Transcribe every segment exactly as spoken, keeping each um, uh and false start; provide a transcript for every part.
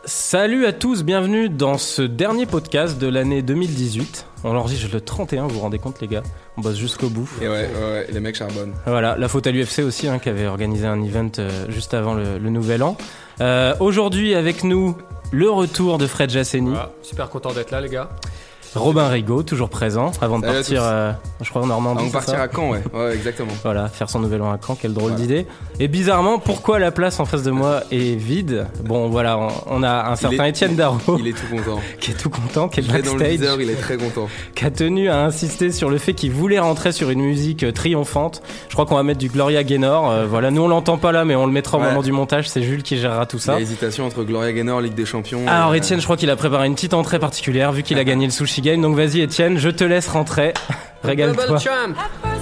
Salut à tous, bienvenue dans ce dernier podcast de l'année deux mille dix-huit. On l'enregistre le trente et un, vous vous rendez compte les gars? On bosse jusqu'au bout. Et ouais, ouais, ouais, les mecs charbonnent. Voilà, la faute à l'U F C aussi, hein, qui avait organisé un event euh, juste avant le, le nouvel an. Euh, aujourd'hui avec nous, le retour de Fred Jasseni. Voilà, super content d'être là les gars. Robin Rigaud, toujours présent, avant de Salut partir, euh, je crois en Normandie. Avant de c'est partir ça à Caen, ouais, ouais, exactement. Voilà, faire son nouvel an à Caen, quelle drôle Voilà. d'idée. Et bizarrement, pourquoi la place en face de moi est vide? Bon, voilà, on, on a un certain est- Étienne Darro Il est tout content. qui est tout content, qui est Il est dans le backstage, viseur, il est très content. qui a tenu à insister sur le fait qu'il voulait rentrer sur une musique triomphante. Je crois qu'on va mettre du Gloria Gaynor. Euh, voilà, nous on l'entend pas là, mais on le mettra au Ouais. moment du montage. C'est Jules qui gérera tout Il y ça. a hésitation entre Gloria Gaynor, Ligue des Champions. Alors et, Étienne, je crois qu'il a préparé une petite entrée particulière vu qu'il a gagné le Sushi Game. Donc vas-y Étienne, je te laisse rentrer. Régale-toi. Double champ.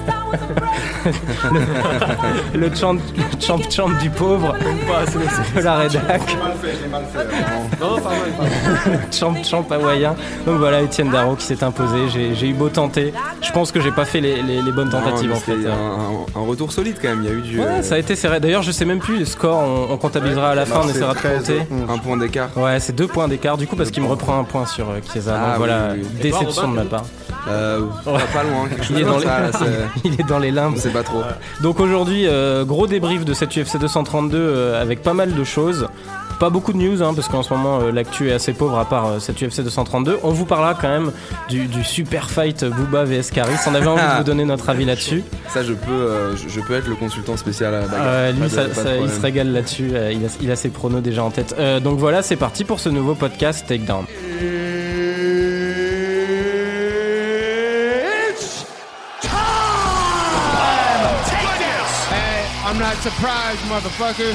Le champ, le champ, champ du pauvre de la rédac. Non, pas mal, pas mal. Champ, champ hawaïen. Donc voilà, Étienne Darro qui s'est imposé. J'ai, j'ai eu beau tenter. Je pense que j'ai pas fait les, les, les bonnes Non, tentatives mais en fait. c'était un, un, un retour solide quand même. Il y a eu du. Ouais, euh, ça a été serré. D'ailleurs, je sais même plus le score. On, on comptabilisera à la fin. On essaiera de compter. un point d'écart. Ouais, c'est deux points d'écart. Du coup, parce qu'il me reprend un point sur euh, Chiesa. Donc Ah, voilà, oui, oui, oui. déception de ma part. Euh, pas, pas loin, quelque chose Il est comme dans ça. les, là, c'est- il est dans les limbes. On sait pas trop. Donc aujourd'hui, euh, gros débrief de cette U F C deux cent trente-deux euh, avec pas mal de choses. Pas beaucoup de news, hein, parce qu'en ce moment, euh, l'actu est assez pauvre à part euh, cette U F C deux cent trente-deux. On vous parlera quand même du, du super fight Booba vs Caris. On avait envie de vous donner notre avis là-dessus. Ça, je peux, euh, je, je peux être le consultant spécial à la bagarre. Euh, Pas lui, de- ça, pas de ça, il problème. se régale là-dessus. Euh, il, a, il a ses pronos déjà en tête. Euh, donc voilà, c'est parti pour ce nouveau podcast Takedown. I'm not surprised, motherfuckers.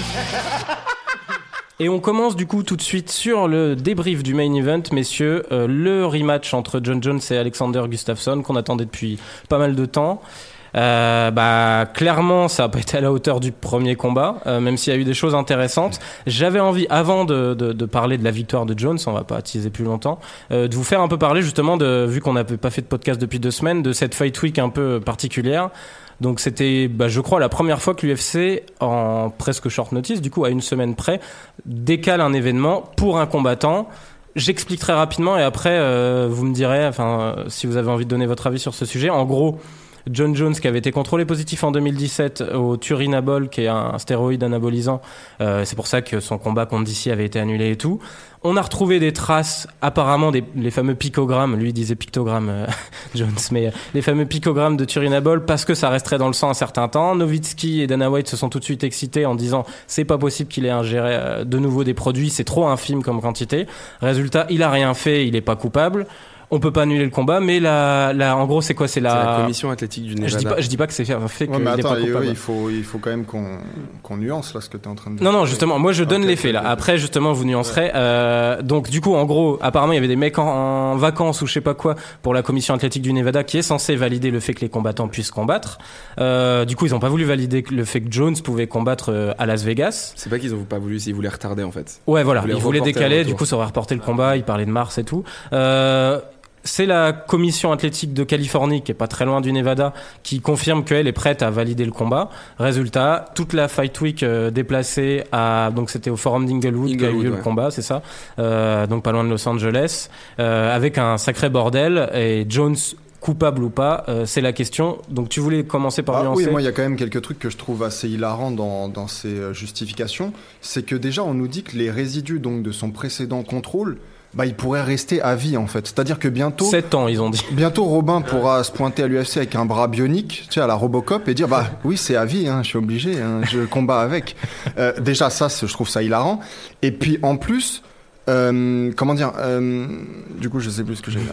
Et on commence du coup tout de suite sur le débrief du main event, messieurs. Euh, le rematch entre John Jones et Alexander Gustafsson qu'on attendait depuis pas mal de temps. Euh, bah clairement ça n'a pas été à la hauteur du premier combat, euh, même s'il y a eu des choses intéressantes. J'avais envie, avant de, de, de parler de la victoire de Jones, on va pas teaser plus longtemps, euh, de vous faire un peu parler justement de, vu qu'on n'avait pas fait de podcast depuis deux semaines, de cette fight week un peu particulière. Donc c'était, bah, je crois, la première fois que l'U F C, en presque short notice, du coup à une semaine près, décale un événement pour un combattant. J'explique très rapidement et après euh, vous me direz, enfin, euh, si vous avez envie de donner votre avis sur ce sujet. En gros, John Jones, qui avait été contrôlé positif en deux mille dix-sept au Turinabol, qui est un stéroïde anabolisant, euh, c'est pour ça que son combat contre D C avait été annulé et tout. On a retrouvé des traces, apparemment des, les fameux picogrammes, lui il disait pictogrammes, euh, Jones, mais euh, les fameux picogrammes de Turinabol, parce que ça resterait dans le sang un certain temps. Nowitzki et Dana White se sont tout de suite excités en disant c'est pas possible qu'il ait ingéré euh, de nouveau des produits, c'est trop infime comme quantité. Résultat, il a rien fait, il est pas coupable. On peut pas annuler le combat, mais la, la, en gros, c'est quoi? C'est la, C'est la commission athlétique du Nevada. je dis pas, je dis pas que c'est fait, fait Ouais, qu'il mais est attends, pas et coupable. oui, il, faut, il faut quand même qu'on, qu'on nuance là ce que tu es en train de dire. Non, non, justement, moi je donne Ok, les faits ok, là. ok. Après, justement, vous nuancerez. Euh, donc, du coup, en gros, apparemment, il y avait des mecs en, en vacances ou je sais pas quoi pour la commission athlétique du Nevada qui est censée valider le fait que les combattants puissent combattre. Euh, du coup, ils ont pas voulu valider le fait que Jones pouvait combattre euh, à Las Vegas. C'est pas qu'ils ont pas voulu, c'est qu'ils voulaient retarder en fait. Ouais, voilà. Ils voulaient Ils voulaient reporter décaler. le Du retour. coup, ça aurait reporté le combat. Ils parlaient de mars et tout. Euh, C'est la commission athlétique de Californie, qui est pas très loin du Nevada, qui confirme qu'elle est prête à valider le combat. Résultat, toute la Fight Week euh, déplacée à, donc c'était au Forum d'Inglewood qu'a eu Inglewood, lieu ouais. le combat, c'est ça, euh, donc pas loin de Los Angeles, euh, avec un sacré bordel. Et Jones, coupable ou pas, euh, c'est la question. Donc tu voulais commencer par Ah, nuancer. oui, moi il y a quand même quelques trucs que je trouve assez hilarants dans, dans ces euh, justifications. C'est que déjà on nous dit que les résidus donc, de son précédent contrôle, bah, ils pourraient rester à vie en fait. C'est-à-dire que bientôt, sept ans, ils ont dit. bientôt Robin pourra se pointer à l'U F C avec un bras bionique, tu sais, à la Robocop, et dire bah oui c'est à vie, hein, je suis obligé, hein, je combats avec. Euh, déjà ça, c'est- je trouve ça hilarant. Et puis en plus. Euh, comment dire euh, Du coup, je sais plus ce que j'ai dit.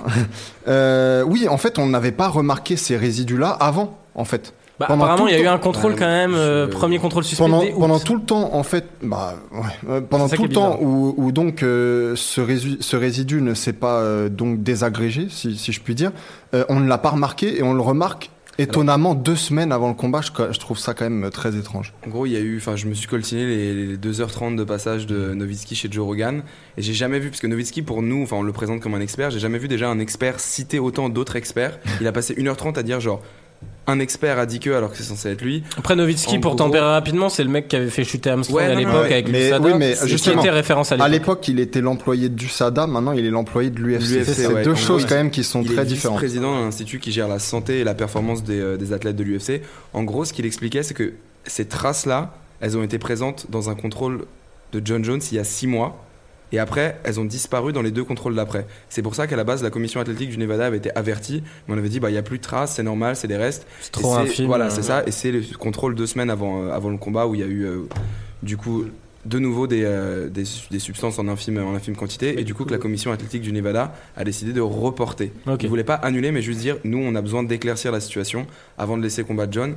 Euh, oui, en fait, on n'avait pas remarqué ces résidus-là avant, en fait. Bah, Pendant apparemment, tout il y a le eu temps- un contrôle Ouais, quand même, euh, je- premier contrôle suspect Pendant, dès août. pendant tout le temps, en fait, bah, ouais, euh, pendant C'est ça tout qui le est temps bizarre. où, où donc euh, ce, résu- ce résidu ne s'est pas euh, donc désagrégé, si, si je puis dire, euh, on ne l'a pas remarqué et on le remarque étonnamment deux semaines avant le combat. Je, je trouve ça quand même très étrange. En gros, il y a eu, enfin, je me suis coltiné les, les deux heures trente de passage de Nowitzki chez Joe Rogan, et j'ai jamais vu, parce que Nowitzki, pour nous, enfin, on le présente comme un expert, j'ai jamais vu déjà un expert citer autant d'autres experts. Il a passé une heure trente à dire genre, un expert a dit que alors que c'est censé être lui. Après Nowitzki, En pour gros- tempérer rapidement, c'est le mec qui avait fait chuter Armstrong Ouais, à non, non, l'époque ouais. avec Mais- l'U S A D A. oui, mais C'est- justement, qui était référence à l'époque. À l'époque, il était l'employé du S A D A, maintenant il est l'employé de l'U F C. L'U F C, C'est ouais. deux En choses gros, quand même qui sont Il très est différentes. vice-président d'un institut qui gère la santé et la performance des, euh, des athlètes de l'U F C. En gros, ce qu'il expliquait, c'est que ces traces-là, elles ont été présentes dans un contrôle de John Jones il y a six mois. Et après, elles ont disparu dans les deux contrôles d'après. C'est pour ça qu'à la base, la commission athlétique du Nevada avait été avertie. Mais on avait dit, bah, il n'y a plus de traces, c'est normal, c'est des restes. C'est Et trop c'est- infime. Voilà, euh, c'est ça. Et c'est le contrôle deux semaines avant, euh, avant le combat où il y a eu, euh, du coup, de nouveau des, euh, des, des substances en infime, en infime quantité. Et du coup, que la commission athlétique du Nevada a décidé de reporter. Ok. Ils ne voulaient pas annuler, mais juste dire, nous, on a besoin d'éclaircir la situation avant de laisser combattre John.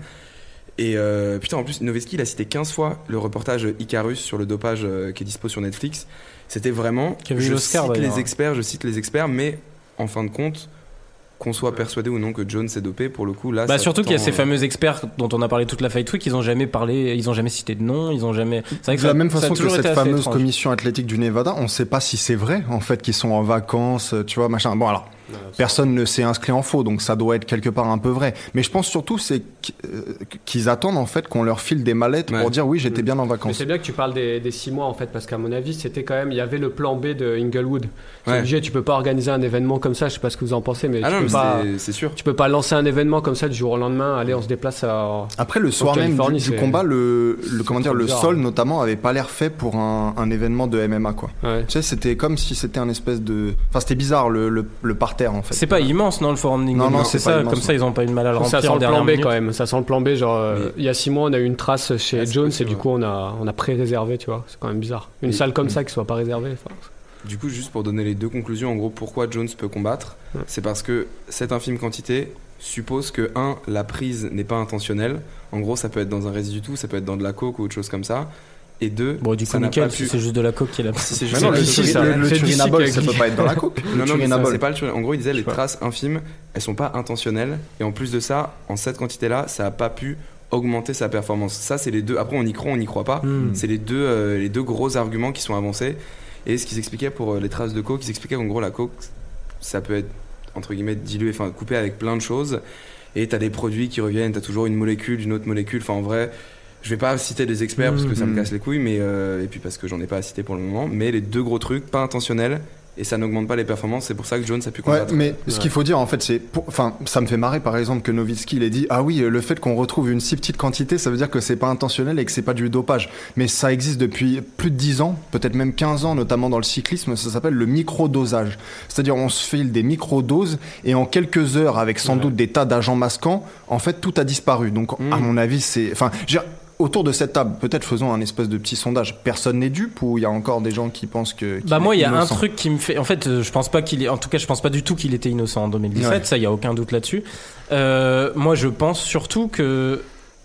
Et euh, putain, en plus, Nowitzki, il a cité quinze fois le reportage Icarus sur le dopage euh, qui est dispo sur Netflix. C'était vraiment, Qui avait eu je l'Oscar, cite d'ailleurs. les experts, je cite les experts, mais en fin de compte, qu'on soit persuadé ou non que John s'est dopé, pour le coup, là, Bah ça surtout qu'il y a tend, ces euh, fameux experts dont on a parlé toute la Fight Week, ils ont jamais parlé, ils ont jamais cité de nom, ils ont jamais. C'est vrai que De la ça- même ça a façon que toujours été cette assez fameuse étrange. commission athlétique du Nevada, on ne sait pas si c'est vrai en fait qu'ils sont en vacances, tu vois, machin. Bon alors, personne ne s'est inscrit en faux, donc ça doit être quelque part un peu vrai. Mais je pense surtout c'est qu'- euh, qu'ils attendent en fait qu'on leur file des mallettes Ouais. pour dire oui j'étais bien en Mais vacances. c'est bien que tu parles des, des six mois en fait, parce qu'à mon avis, c'était quand même, il y avait le plan B de Inglewood. C'est Ouais. obligé, tu peux pas organiser un événement comme ça. Je sais pas ce que vous en pensez, mais Ah tu non, peux mais pas. c'est- c'est sûr. Tu peux pas lancer un événement comme ça du jour au lendemain. Allez, on se déplace à. Après le soir même du, Californie, du c'est- combat, le, le comment dire, trop le bizarre, sol hein. notamment avait pas l'air fait pour un, un événement de M M A quoi. Ouais. Tu sais c'était comme si c'était un espèce de, enfin c'était bizarre le, le, le parterre en fait. C'est pas immense, non, le forum d'Inglewood. Non, non, c'est c'est pas ça. immense, Comme ça, ils ont pas eu de mal à le Ça remplir sent en le plan dernière B minute. quand même. Ça sent le plan B. Genre, euh, Mais- il y a six mois, on a eu une trace chez Ouais, c'est Jones et possible, du coup, on a, on a pré-réservé, tu vois. C'est quand même bizarre. Une Et- salle comme ça qui soit pas réservée. enfin, Du coup, juste pour donner les deux conclusions, en gros, pourquoi Jones peut combattre, Ouais. c'est parce que cette infime quantité suppose que, un, la prise n'est pas intentionnelle. En gros, ça peut être dans un résidu tout, ça peut être dans de la coke ou autre chose comme ça. Et deux, Bon, du ça coup, n'a nickel, pas si pu... c'est juste de la coke qui est là. Si c'est Mais juste non, la le, ici, coke, ça. le, le C'est d'ici turinabol qu'avec ça peut lui. pas être dans la coke. Le Non, non, mais ça, turinabol. c'est pas le turin- En gros, il disait les sais pas. traces infimes, elles sont pas intentionnelles. Et en plus de ça, en cette quantité-là, ça a pas pu augmenter sa performance. Ça, c'est les deux. Après, on y croit, on n'y croit pas. Hmm. C'est les deux, euh, les deux gros arguments qui sont avancés. Et ce qu'ils expliquaient pour euh, les traces de coke, ils expliquaient qu'en gros, la coke, ça peut être, entre guillemets, dilué, enfin, coupé avec plein de choses. Et t'as des produits qui reviennent, t'as toujours une molécule, une autre molécule. Enfin, en vrai, je vais pas citer des experts parce que ça me Mhm. casse les couilles, mais euh, et puis parce que j'en ai pas à citer pour le moment. Mais les deux gros trucs, pas intentionnels, et ça n'augmente pas les performances. C'est pour ça que Jones a pu Ouais, combattre. mais ce qu'il faut dire en fait, c'est, pour- enfin, ça me fait marrer par exemple que Nowitzki il ait dit ah oui, le fait qu'on retrouve une si petite quantité, ça veut dire que c'est pas intentionnel et que c'est pas du dopage. Mais ça existe depuis plus de dix ans, peut-être même quinze ans, notamment dans le cyclisme. Ça s'appelle le microdosage. C'est-à-dire on se file des microdoses et en quelques heures, avec sans Ouais. doute des tas d'agents masquants, en fait tout a disparu. Donc Mm. à mon avis, c'est, enfin, je veux dire, autour de cette table, peut-être faisons un espèce de petit sondage. Personne n'est dupe ou il y a encore des gens qui pensent que. qu'il Bah moi est il y a un innocent. truc qui me fait en fait euh, je pense pas qu'il est en tout cas je pense pas du tout qu'il était innocent en deux mille dix-sept, Ouais. ça il y a aucun doute là-dessus. Euh, moi je pense surtout que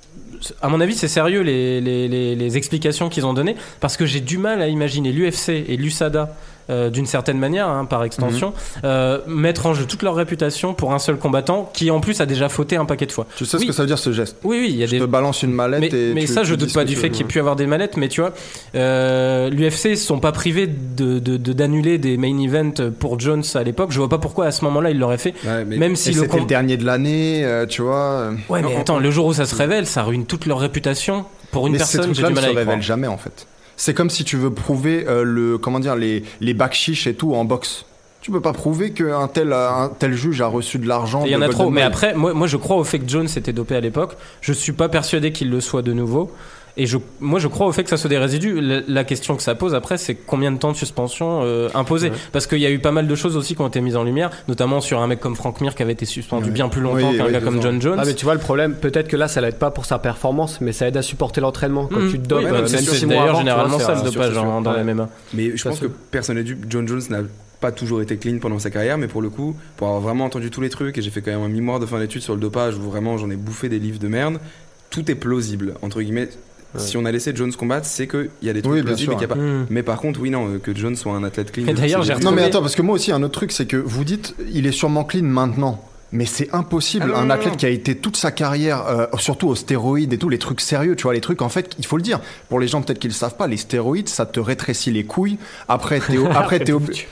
à mon avis c'est sérieux les, les, les, les explications qu'ils ont données parce que j'ai du mal à imaginer l'U F C et l'U S A D A euh, d'une certaine manière hein, par extension euh, mettre en jeu toute leur réputation pour un seul combattant qui en plus a déjà fauté un paquet de fois. Tu sais ce Oui. que ça veut dire ce geste? Oui oui il y a Je des te balance une mallette mais, et mais tu- ça, tu je dis doute ce pas que du tu fait veux. qu'il ait pu avoir des mallettes, mais tu vois, euh, l'U F C ne sont pas privés de, de, de- d'annuler des main events pour Jones à l'époque. Je vois pas pourquoi à ce moment-là il l'aurait fait, Ouais, mais même Et si le c'était com- le dernier de l'année, euh, tu vois. Ouais, Non, mais on- attends, le jour où ça se révèle, ça ruine toute leur réputation. Pour une Mais ces personne, j'ai trucs-là du ne mal à se y croire. révèlent jamais en fait. C'est comme si tu veux prouver euh, le, comment dire, les, les bacs chiches et tout en boxe. Tu peux pas prouver qu'un tel, un tel juge a reçu de l'argent. Il y en de a trop, Golden mais Boy. après, moi, moi je crois au fait que Jones était dopé à l'époque. Je suis pas persuadé qu'il le soit de nouveau. Et je, moi, je crois au fait que ça soit des résidus. La, la question que ça pose après, c'est combien de temps de suspension euh, imposé. Ouais. Parce qu'il y a eu pas mal de choses aussi qui ont été mises en lumière, notamment sur un mec comme Frank Mir qui avait été suspendu Ouais. bien plus longtemps Oui, qu'un oui, gars deux comme ans. John Jones. Ah mais tu vois le problème, peut-être que là ça l'aide pas pour sa performance, mais ça aide à supporter l'entraînement quand Mmh. tu te dopes. Oui, euh, non, même c'est, six c'est mois d'ailleurs avant, tu généralement vois, ça c'est- le sûr, dopage c'est sûr. en- dans Ouais. la M M A. Mais je Ça pense se- que personne n'est dupe. John Jones n'a pas toujours été clean pendant sa carrière, mais pour le coup, pour avoir vraiment entendu tous les trucs, et j'ai fait quand même un mémoire de fin d'études sur le dopage où vraiment j'en ai bouffé des livres de merde, tout est plausible, entre guillemets. Si on a laissé Jones combattre, c'est qu'il y a des trucs Oui, bien plausibles et sûr, qu'il y a pas. Mmh. Mais par contre, oui, non, euh, que Jones soit un athlète clean. Et d'ailleurs, c'est- j'ai Non mais retrouvé- attends, parce que moi aussi un autre truc, c'est que vous dites, il est sûrement clean maintenant. Mais c'est impossible. Ah non, un non, athlète non. qui a été toute sa carrière, euh, surtout aux stéroïdes et tout, les trucs sérieux, tu vois, les trucs, en fait, il faut le dire. Pour les gens peut-être qui le savent pas, les stéroïdes, ça te rétrécit les couilles. Après, t'es, après, t'es obligé.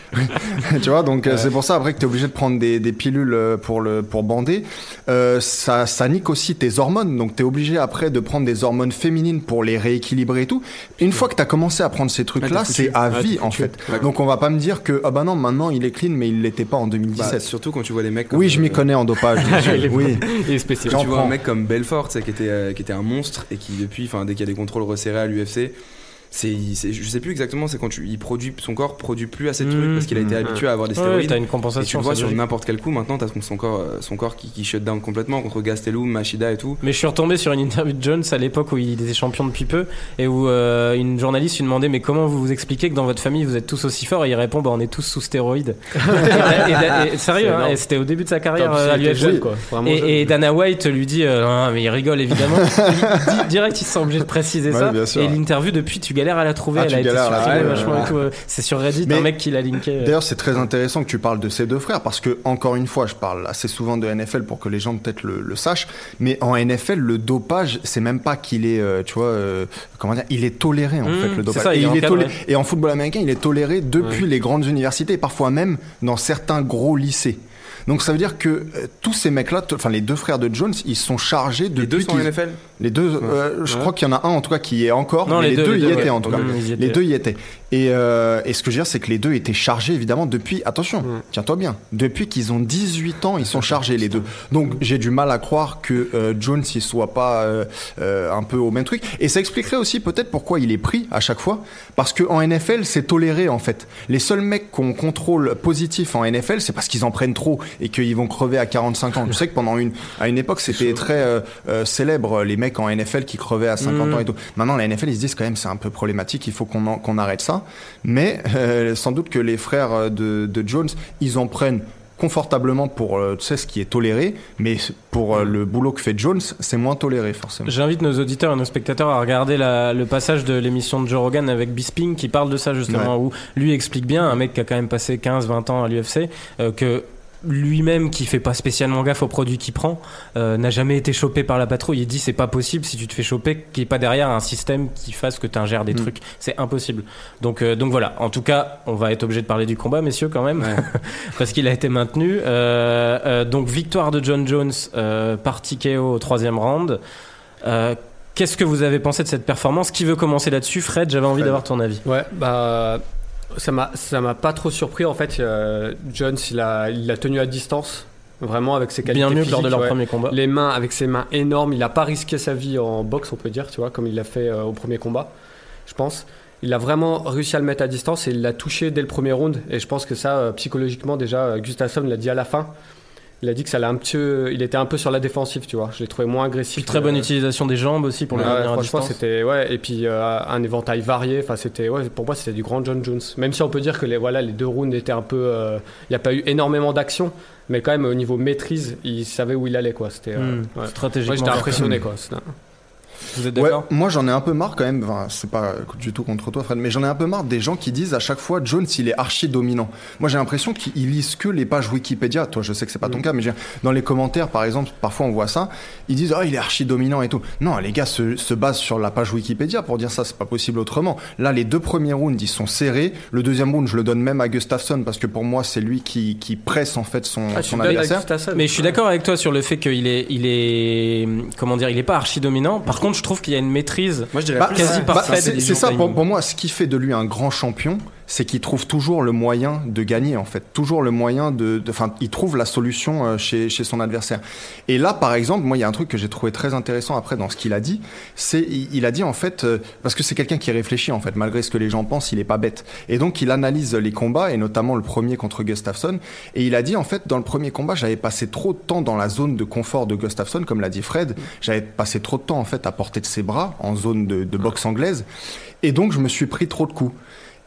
Tu vois, donc, ouais. c'est pour ça, après, que t'es obligé de prendre des, des pilules pour le, pour bander. Euh, ça, ça nique aussi tes hormones. Donc, t'es obligé après de prendre des hormones féminines pour les rééquilibrer et tout. Une fois que t'as commencé à prendre ces trucs-là, ouais, c'est à ouais, vie, en fait. Ouais. Donc, on va pas me dire que, ah bah non, maintenant, il est clean, mais il l'était pas en deux mille dix-sept. Bah, surtout quand tu vois les mecs comme, Oui, je m'y euh, connais en dopage. Il est- oui. Il est spécial. Quand tu vois prends. un mec comme Belfort, tu sais, qui était, euh, qui était un monstre et qui depuis, enfin dès qu'il y a des contrôles resserrés à l'U F C, c'est, c'est, je sais plus exactement, c'est quand tu, il produit, son corps produit plus assez de trucs Mmh. parce qu'il a été Mmh. habitué à avoir des Ouais, stéroïdes. t'as une Et tu compensation. le vois c'est sur logique. n'importe quel coup, maintenant t'as son, son corps, euh, son corps qui, qui shut down complètement contre Gastelum, Machida et tout. Mais je suis retombé sur une interview de Jones à l'époque où il était champion depuis peu et où euh, une journaliste lui demandait mais comment vous vous expliquez que dans votre famille vous êtes tous aussi forts et il répond bah on est tous sous stéroïdes. et, et- et- sérieux, C'est hein, énorme. et c'était au début de sa carrière Top, euh, à il était l'U F C. jeune, quoi. Vraiment jeune. Et, et Dana White lui dit euh, ah, mais il rigole évidemment. Il dit- direct ils sont obligés de préciser Ouais, ça. bien sûr. Et l'interview depuis tu galères à la trouver, Ah, elle tu a été galères à la supprimée trouver, vachement ouais. et tout. euh, C'est sur Reddit Mais- un mec qui l'a linké. euh. D'ailleurs, c'est très intéressant que tu parles de ces deux frères parce que, encore une fois, je parle assez souvent de N F L pour que les gens peut-être le, le sachent, mais en N F L, le dopage, c'est même pas qu'il est, euh, tu vois, euh, comment dire, il est toléré en Mmh, fait, le c'est dopage. ça, il et, est il est encadré. tolé- et en football américain, il est toléré depuis Ouais. les grandes universités et parfois même dans certains gros lycées. Donc ça veut dire que euh, tous ces mecs-là, t- enfin les deux frères de Jones, ils sont chargés depuis Les deux sont en qu'ils- N F L. Les deux, euh, je Ouais. crois qu'il y en a un en tout cas qui y est encore, Non, mais les les, deux, deux les y deux, étaient ouais. en tout cas. Mmh, ils y Les étaient. deux y étaient. Et, euh, et ce que je veux dire, c'est que les deux étaient chargés évidemment depuis, attention, Mm. tiens-toi bien, depuis qu'ils ont dix-huit ans, ils sont chargés les deux. Donc j'ai du mal à croire que euh, Jones il soit pas euh, euh, un peu au même truc. Et ça expliquerait aussi peut-être pourquoi il est pris à chaque fois, parce qu'en N F L c'est toléré en fait. Les seuls mecs qu'on contrôle positif en N F L, c'est parce qu'ils en prennent trop et qu'ils vont crever à quarante-cinq ans. Tu sais que pendant une, à une époque c'était très euh, euh, célèbre les mecs en N F L qui crevaient à cinquante Mm. ans et tout. Maintenant la N F L ils se disent quand même c'est un peu problématique, il faut qu'on en- qu'on arrête ça. Mais euh, sans doute que les frères de, de Jones, ils en prennent confortablement pour euh, tu sais, ce qui est toléré, mais pour euh, le boulot que fait Jones, c'est moins toléré forcément. J'invite nos auditeurs et nos spectateurs à regarder la- le passage de l'émission de Joe Rogan avec Bisping qui parle de ça justement, où lui explique bien, un mec qui a quand même passé quinze vingt ans à l'U F C, euh, que lui-même qui fait pas spécialement gaffe aux produits qu'il prend euh, n'a jamais été chopé par la patrouille. Il dit c'est pas possible si tu te fais choper qu'il n'y ait pas derrière un système qui fasse que tu ingères des Mm. trucs, c'est impossible. Donc, euh, donc voilà, en tout cas on va être obligé de parler du combat messieurs quand même, Ouais. parce qu'il a été maintenu. Euh, euh, donc victoire de John Jones euh, par T K O au troisième round. Euh, Qu'est-ce que vous avez pensé de cette performance? Qui veut commencer là-dessus? Fred, j'avais envie Fred. d'avoir ton avis. Ouais, bah ça m'a ça m'a pas trop surpris en fait. Euh, Jones, il a il l'a tenu à distance, vraiment avec ses qualités Bien mieux que lors de physiques, leur ouais. premier combat. Les mains, avec ses mains énormes, il a pas risqué sa vie en boxe, on peut dire, tu vois, comme il l'a fait euh, au premier combat, je pense. Il a vraiment réussi à le mettre à distance et il l'a touché dès le premier round. Et je pense que ça, euh, psychologiquement, déjà, euh, Gustafsson l'a dit à la fin. Il a dit que ça l'a un petit, euh, il était un peu sur la défensive, tu vois. Je l'ai trouvé moins agressif. Très bonne Euh, utilisation des jambes aussi pour le Ouais, maintenir à franchement, distance. c'était ouais, et puis euh, un éventail varié. Enfin, c'était ouais, pour moi, c'était du grand John Jones. Même si on peut dire que les voilà, les deux rounds étaient un peu, euh, il n'y a pas eu énormément d'action, mais quand même au niveau maîtrise, il savait où il allait quoi. C'était, euh, Hmm, ouais. stratégiquement. Moi, j'étais impressionné quoi. C'était un- Vous êtes Ouais, d'accord? moi j'en ai un peu marre quand même, enfin, c'est pas du tout contre toi Fred, mais j'en ai un peu marre des gens qui disent à chaque fois Jones il est archi dominant. Moi j'ai l'impression qu'ils lisent que les pages Wikipédia, toi je sais que c'est pas ton Mm. cas, mais j'ai- dans les commentaires par exemple, parfois on voit ça, ils disent ah il est archi dominant et tout. Non, les gars se, se basent sur la page Wikipédia pour dire ça, c'est pas possible autrement. Là les deux premiers rounds ils sont serrés, le deuxième round je le donne même à Gustafsson parce que pour moi c'est lui qui, qui presse en fait son, Ah, tu son donnes à adversaire. Gustafsson. Mais je suis d'accord avec toi sur le fait qu'il est, il est, comment dire, il est pas archi dominant. Par contre, je trouve qu'il y a une maîtrise Moi je dirais Bah, plus quasi ça. Bah, parfaite. c'est des c'est jours ça pour, timing. pour moi ce qui fait de lui un grand champion, c'est qu'il trouve toujours le moyen de gagner en fait, toujours le moyen de, enfin il trouve la solution euh, chez, chez son adversaire. Et là par exemple, moi il y a un truc que j'ai trouvé très intéressant après dans ce qu'il a dit, c'est il, il a dit en fait euh, parce que c'est quelqu'un qui réfléchit en fait, malgré ce que les gens pensent, il est pas bête. Et donc il analyse les combats et notamment le premier contre Gustafsson et il a dit en fait dans le premier combat, j'avais passé trop de temps dans la zone de confort de Gustafsson comme l'a dit Fred, j'avais passé trop de temps en fait à portée de ses bras en zone de, de boxe anglaise et donc je me suis pris trop de coups.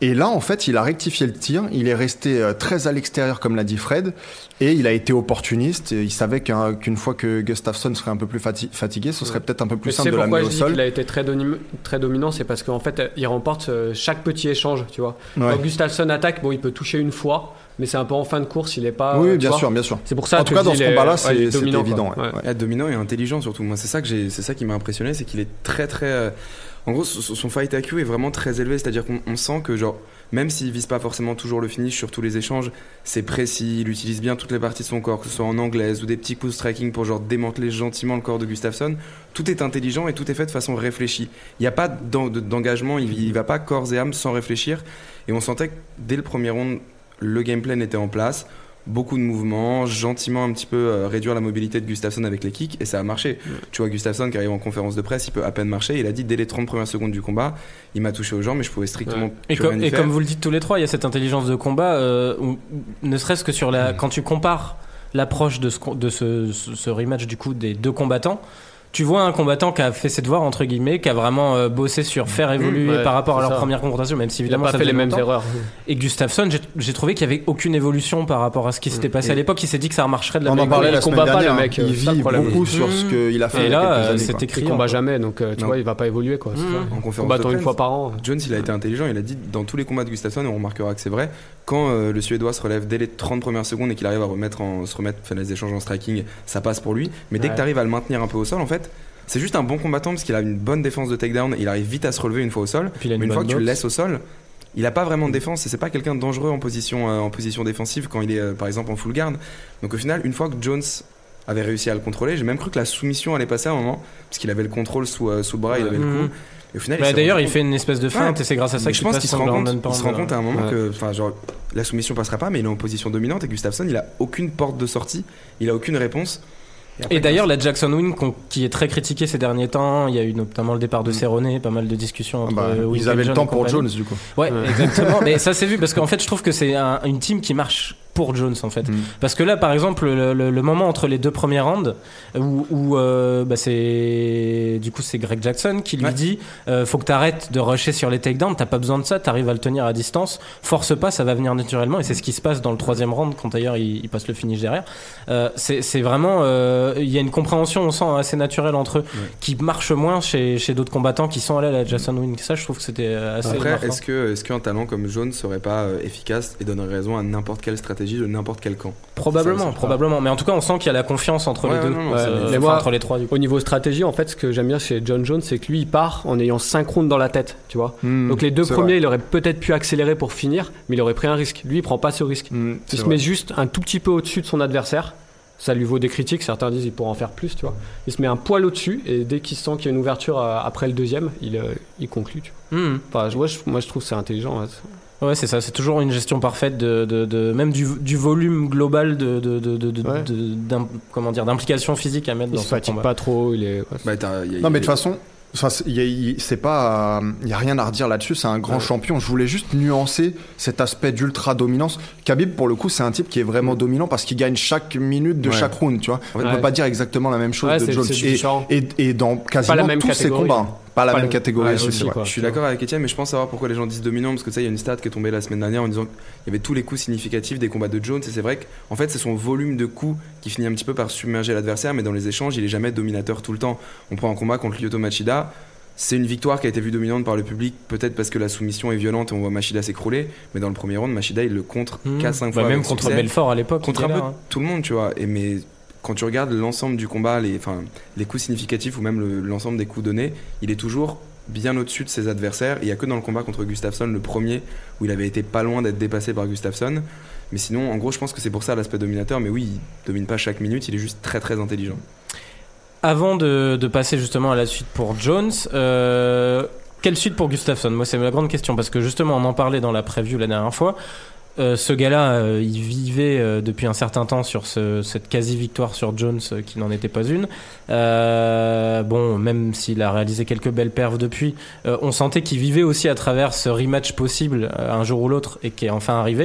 Et là, en fait, il a rectifié le tir. Il est resté euh, très à l'extérieur, comme l'a dit Fred. Et il a été opportuniste. Et il savait qu'un, qu'une fois que Gustafsson serait un peu plus fati- fatigué, ce serait peut-être un peu plus Mais simple de l'amener au c'est pourquoi je dis sol. qu'il a été très, donim- très dominant, c'est parce qu'en fait, il remporte euh, chaque petit échange, tu vois. Ouais. Quand Gustafsson attaque, bon, il peut toucher une fois, mais c'est un peu en fin de course, il est pas. Oui, euh, tu bien vois. sûr, bien sûr. C'est pour ça En que tout cas, je dans dis, ce il est- combat-là, ouais, c'est- il est c'était dominant, évident, quoi. ouais. Ouais. Être dominant et intelligent surtout. Moi, c'est ça que j'ai, c'est ça qui m'a impressionné, c'est qu'il est très très. euh, En gros, son son fight I Q est vraiment très élevé, c'est-à-dire qu'on on sent que genre, même s'il vise pas forcément toujours le finish sur tous les échanges, c'est précis, il utilise bien toutes les parties de son corps, que ce soit en anglaise ou des petits coups de striking pour genre démanteler gentiment le corps de Gustafsson. Tout est intelligent et tout est fait de façon réfléchie. Il n'y a pas d'en- de- d'engagement, il, il va pas corps et âme sans réfléchir. Et on sentait que dès le premier round, le gameplay était en place. Beaucoup de mouvements, gentiment un petit peu euh, réduire la mobilité de Gustafsson avec les kicks, et ça a marché. Ouais. Tu vois Gustafsson qui arrive en conférence de presse, il peut à peine marcher, il a dit dès les trente premières secondes du combat, il m'a touché aux jambes, mais je pouvais strictement ouais. Et, plus com- rien y et faire. comme vous le dites tous les trois, il y a cette intelligence de combat, euh, où, ne serait-ce que sur la, mmh. quand tu compares l'approche de ce, de ce, ce, ce rematch du coup des deux combattants, tu vois un combattant qui a fait ses devoirs entre guillemets, qui a vraiment euh, bossé sur faire évoluer mmh, ouais, par rapport à leur ça. première confrontation, même si évidemment il a pas ça fait les mêmes longtemps. erreurs. Et Gustafsson, j'ai, j'ai trouvé qu'il y avait aucune évolution par rapport à ce qui s'était passé et à l'époque. Il s'est dit que ça marcherait de la on même en parlait manière. la il semaine combat dernière, pas le mec. Il vit beaucoup sur ce qu'il a fait. Et là, euh, c'était criant. Il combat jamais, donc euh, tu vois, il va pas évoluer quoi. Mmh. Ça. En conférence combattant de une fois par an. Jones, il a été intelligent. Il a dit dans tous les combats de Gustafsson, et on remarquera que c'est vrai, quand euh, le Suédois se relève dès les trente premières secondes et qu'il arrive à remettre en, se remettre, faire les échanges en striking, ça passe pour lui. Mais dès ouais. que tu arrives à le maintenir un peu au sol, en fait. C'est juste un bon combattant parce qu'il a une bonne défense de takedown, il arrive vite à se relever une fois au sol. Une mais une fois que boxe. tu le laisses au sol, il a pas vraiment de défense et c'est pas quelqu'un de dangereux en position, euh, en position défensive quand il est euh, par exemple en full guard. Donc au final, une fois que Jones avait réussi à le contrôler, j'ai même cru que la soumission allait passer à un moment parce qu'il avait le contrôle sous, euh, sous le bras, il avait mmh. le coup. Et au final, bah, il d'ailleurs, il compte... fait une espèce de feinte ouais. et c'est grâce à ça mais qu'il je pense passe qu'il se rend compte, il se rend de... compte à un moment ouais. que enfin genre la soumission passera pas mais il est en position dominante et Gustafsson, il a aucune porte de sortie, il a aucune réponse. Et, après, et d'ailleurs, la Jackson Win, qui est très critiquée ces derniers temps, il y a eu notamment le départ de Cerrone, pas mal de discussions entre. Ah bah, ils avaient le temps pour Jones, du coup. Ouais, ouais. exactement. Mais ça s'est vu parce qu'en fait, je trouve que c'est un, une team qui marche pour Jones en fait. Mm. Parce que là, par exemple, le, le, le moment entre les deux premiers rounds où, où euh, bah c'est du coup c'est Greg Jackson qui lui ouais. dit euh, faut que t'arrêtes de rusher sur les takedowns, t'as pas besoin de ça, t'arrives à le tenir à distance, force pas, ça va venir naturellement. Et c'est ce qui se passe dans le troisième round quand d'ailleurs il, il passe le finish derrière. Euh, c'est, c'est vraiment il euh, y a une compréhension, on sent assez naturelle entre eux, ouais. qui marche moins chez, chez d'autres combattants qui sont allés à la Jackson Win. Ça, je trouve que c'était assez. Après, marquant. est-ce que est-ce qu'un talent comme Jones serait pas euh, efficace et donnerait raison à n'importe quelle stratégie de n'importe quel camp? Probablement, ça, probablement. Mais en tout cas, on sent qu'il y a la confiance entre ouais, les deux, non, non, ouais, euh, mais enfin, moi, entre les trois. Du coup. Au niveau stratégie, en fait, ce que j'aime bien chez John Jones, c'est que lui, il part en ayant cinq rounds dans la tête, tu vois. Mmh, donc les deux premiers, vrai. il aurait peut-être pu accélérer pour finir, mais il aurait pris un risque. Lui, il prend pas ce risque. Mmh, il se vrai. met juste un tout petit peu au-dessus de son adversaire. Ça lui vaut des critiques, certains disent qu'il pourra en faire plus, tu vois. Il se met un poil au-dessus et dès qu'il sent qu'il y a une ouverture après le deuxième, il, euh, il conclut, tu vois. Mmh. Enfin, moi, je, moi, je trouve que c'est intelligent. Hein. Ouais, c'est ça. C'est toujours une gestion parfaite de, de, de même du, du volume global de, de, de, de, ouais. de d'im, comment dire, d'implication physique à mettre il dans son son fatigue combat. Pas trop. Il est. Ouais, bah, t'as, y a, non, mais de toute façon. Enfin, il y a, c'est pas, il y a rien à redire là-dessus. C'est un grand ouais. champion. Je voulais juste nuancer cet aspect d'ultra dominance. Khabib, pour le coup, c'est un type qui est vraiment dominant parce qu'il gagne chaque minute de ouais. chaque round. Tu vois, on ouais. peut pas dire exactement la même chose ouais, de c'est, Jones. c'est et, et, et dans quasiment tous ses combats. Pas la pas même le... catégorie ouais, aussi, aussi je suis d'accord avec Etienne, mais je pense savoir pourquoi les gens disent dominant, parce que ça, il y a une stat qui est tombée la semaine dernière en disant qu'il y avait tous les coups significatifs des combats de Jones, et c'est vrai qu'en fait, c'est son volume de coups qui finit un petit peu par submerger l'adversaire, mais dans les échanges, il est jamais dominateur tout le temps. On prend un combat contre Lyoto Machida, c'est une victoire qui a été vue dominante par le public, peut-être parce que la soumission est violente et on voit Machida s'écrouler, mais dans le premier round, Machida, il le contre mmh. quatre cinq fois. Bah même contre Belfort à l'époque. Contre un peu hein. tout le monde, tu vois, et mais... Quand tu regardes l'ensemble du combat, les, enfin, les coups significatifs ou même le, l'ensemble des coups donnés, il est toujours bien au-dessus de ses adversaires. Il n'y a que dans le combat contre Gustafsson, le premier, où il avait été pas loin d'être dépassé par Gustafsson. Mais sinon, en gros, je pense que c'est pour ça l'aspect dominateur. Mais oui, il domine pas chaque minute, il est juste très très intelligent. Avant de, de passer justement à la suite pour Jones, euh, quelle suite pour Gustafsson ? Moi, c'est la grande question parce que justement, on en parlait dans la preview la dernière fois. Euh, ce gars-là, euh, il vivait euh, depuis un certain temps sur ce, cette quasi-victoire sur Jones euh, qui n'en était pas une. Euh, bon, même s'il a réalisé quelques belles perfs depuis, euh, on sentait qu'il vivait aussi à travers ce rematch possible euh, un jour ou l'autre et qui est enfin arrivé.